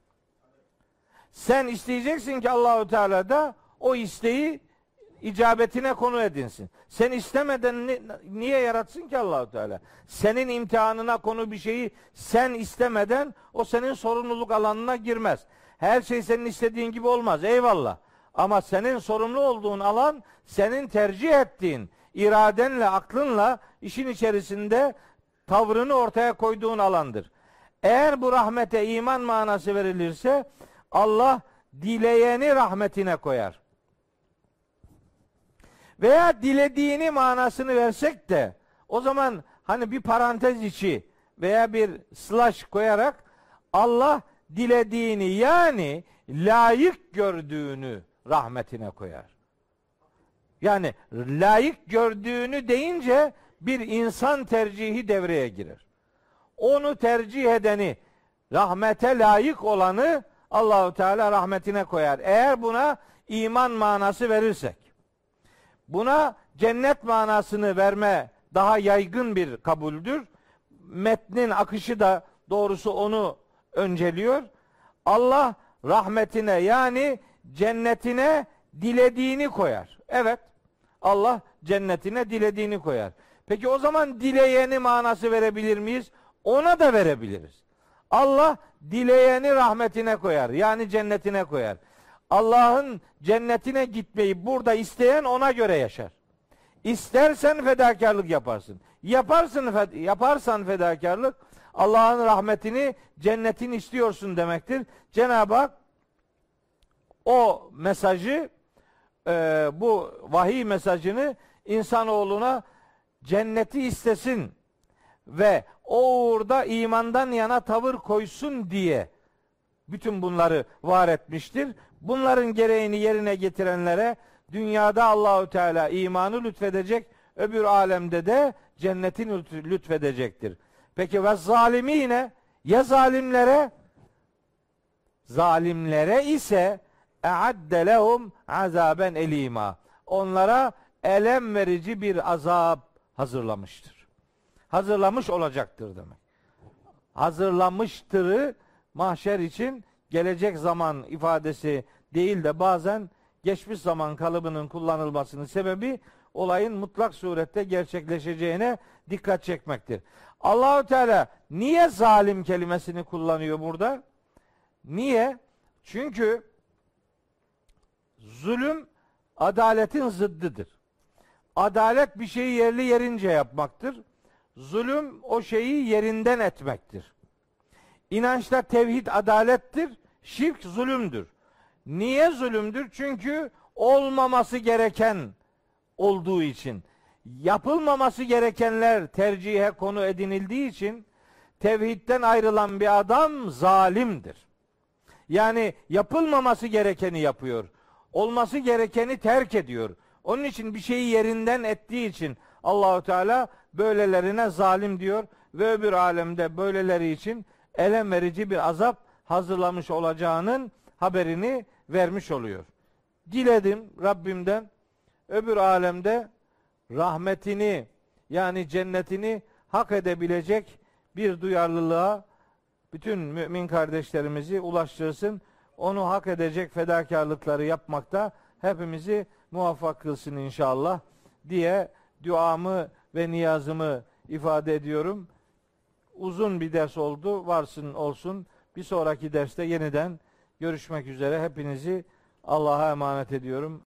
Sen isteyeceksin ki Allahu Teala da o isteği icabetine konu edinsin. Sen istemeden niye yaratsın ki Allahu Teala? Senin imtihanına konu bir şeyi sen istemeden o senin sorumluluk alanına girmez. Her şey senin istediğin gibi olmaz. Eyvallah. Ama senin sorumlu olduğun alan senin tercih ettiğin iradenle, aklınla işin içerisinde tavrını ortaya koyduğun alandır. Eğer bu rahmete iman manası verilirse Allah dileyeni rahmetine koyar. Veya dilediğini manasını versek de o zaman hani bir parantez içi veya bir slash koyarak Allah dilediğini yani layık gördüğünü rahmetine koyar. Yani layık gördüğünü deyince bir insan tercihi devreye girer. Onu tercih edeni, rahmete layık olanı Allahu Teala rahmetine koyar. Eğer buna iman manası verirsek. Buna cennet manasını verme daha yaygın bir kabuldür. Metnin akışı da doğrusu onu önceliyor. Allah rahmetine yani cennetine dilediğini koyar. Evet. Allah cennetine dilediğini koyar. Peki o zaman dileyeni manası verebilir miyiz? Ona da verebiliriz. Allah dileyeni rahmetine koyar. Yani cennetine koyar. Allah'ın cennetine gitmeyi burada isteyen ona göre yaşar. İstersen fedakarlık yaparsın. Yaparsan fedakarlık Allah'ın rahmetini, cennetini istiyorsun demektir. Cenab-ı Hak o mesajı, bu vahiy mesajını insanoğluna cenneti istesin ve o uğurda imandan yana tavır koysun diye bütün bunları var etmiştir. Bunların gereğini yerine getirenlere dünyada Allahu Teala imanı lütfedecek, öbür alemde de cennetini lütfedecektir. Peki ve zalimine, ya zalimlere? Zalimlere ise e'adde lehum azaben elima. Onlara elem verici bir azap hazırlamıştır. Hazırlamış olacaktır demek. Hazırlamıştırı mahşer için gelecek zaman ifadesi değil de bazen geçmiş zaman kalıbının kullanılmasının sebebi olayın mutlak surette gerçekleşeceğine dikkat çekmektir. Allahu Teala niye zalim kelimesini kullanıyor burada? Niye? Çünkü zulüm adaletin zıddıdır. Adalet bir şeyi yerli yerince yapmaktır. Zulüm o şeyi yerinden etmektir. İnançta tevhid adalettir, şirk zulümdür. Niye zulümdür? Çünkü olmaması gereken olduğu için, yapılmaması gerekenler tercihe konu edinildiği için tevhidden ayrılan bir adam zalimdir. Yani yapılmaması gerekeni yapıyor. Olması gerekeni terk ediyor. Onun için bir şeyi yerinden ettiği için Allahu Teala böylelerine zalim diyor ve öbür alemde böyleleri için elem verici bir azap hazırlamış olacağının haberini vermiş oluyor. Diledim Rabbimden öbür alemde rahmetini yani cennetini hak edebilecek bir duyarlılığa bütün mümin kardeşlerimizi ulaştırsın. Onu hak edecek fedakarlıkları yapmakta hepimizi muvaffak kılsın inşallah diye duamı ve niyazımı ifade ediyorum. Uzun bir ders oldu. Varsın olsun. Bir sonraki derste yeniden görüşmek üzere. Hepinizi Allah'a emanet ediyorum.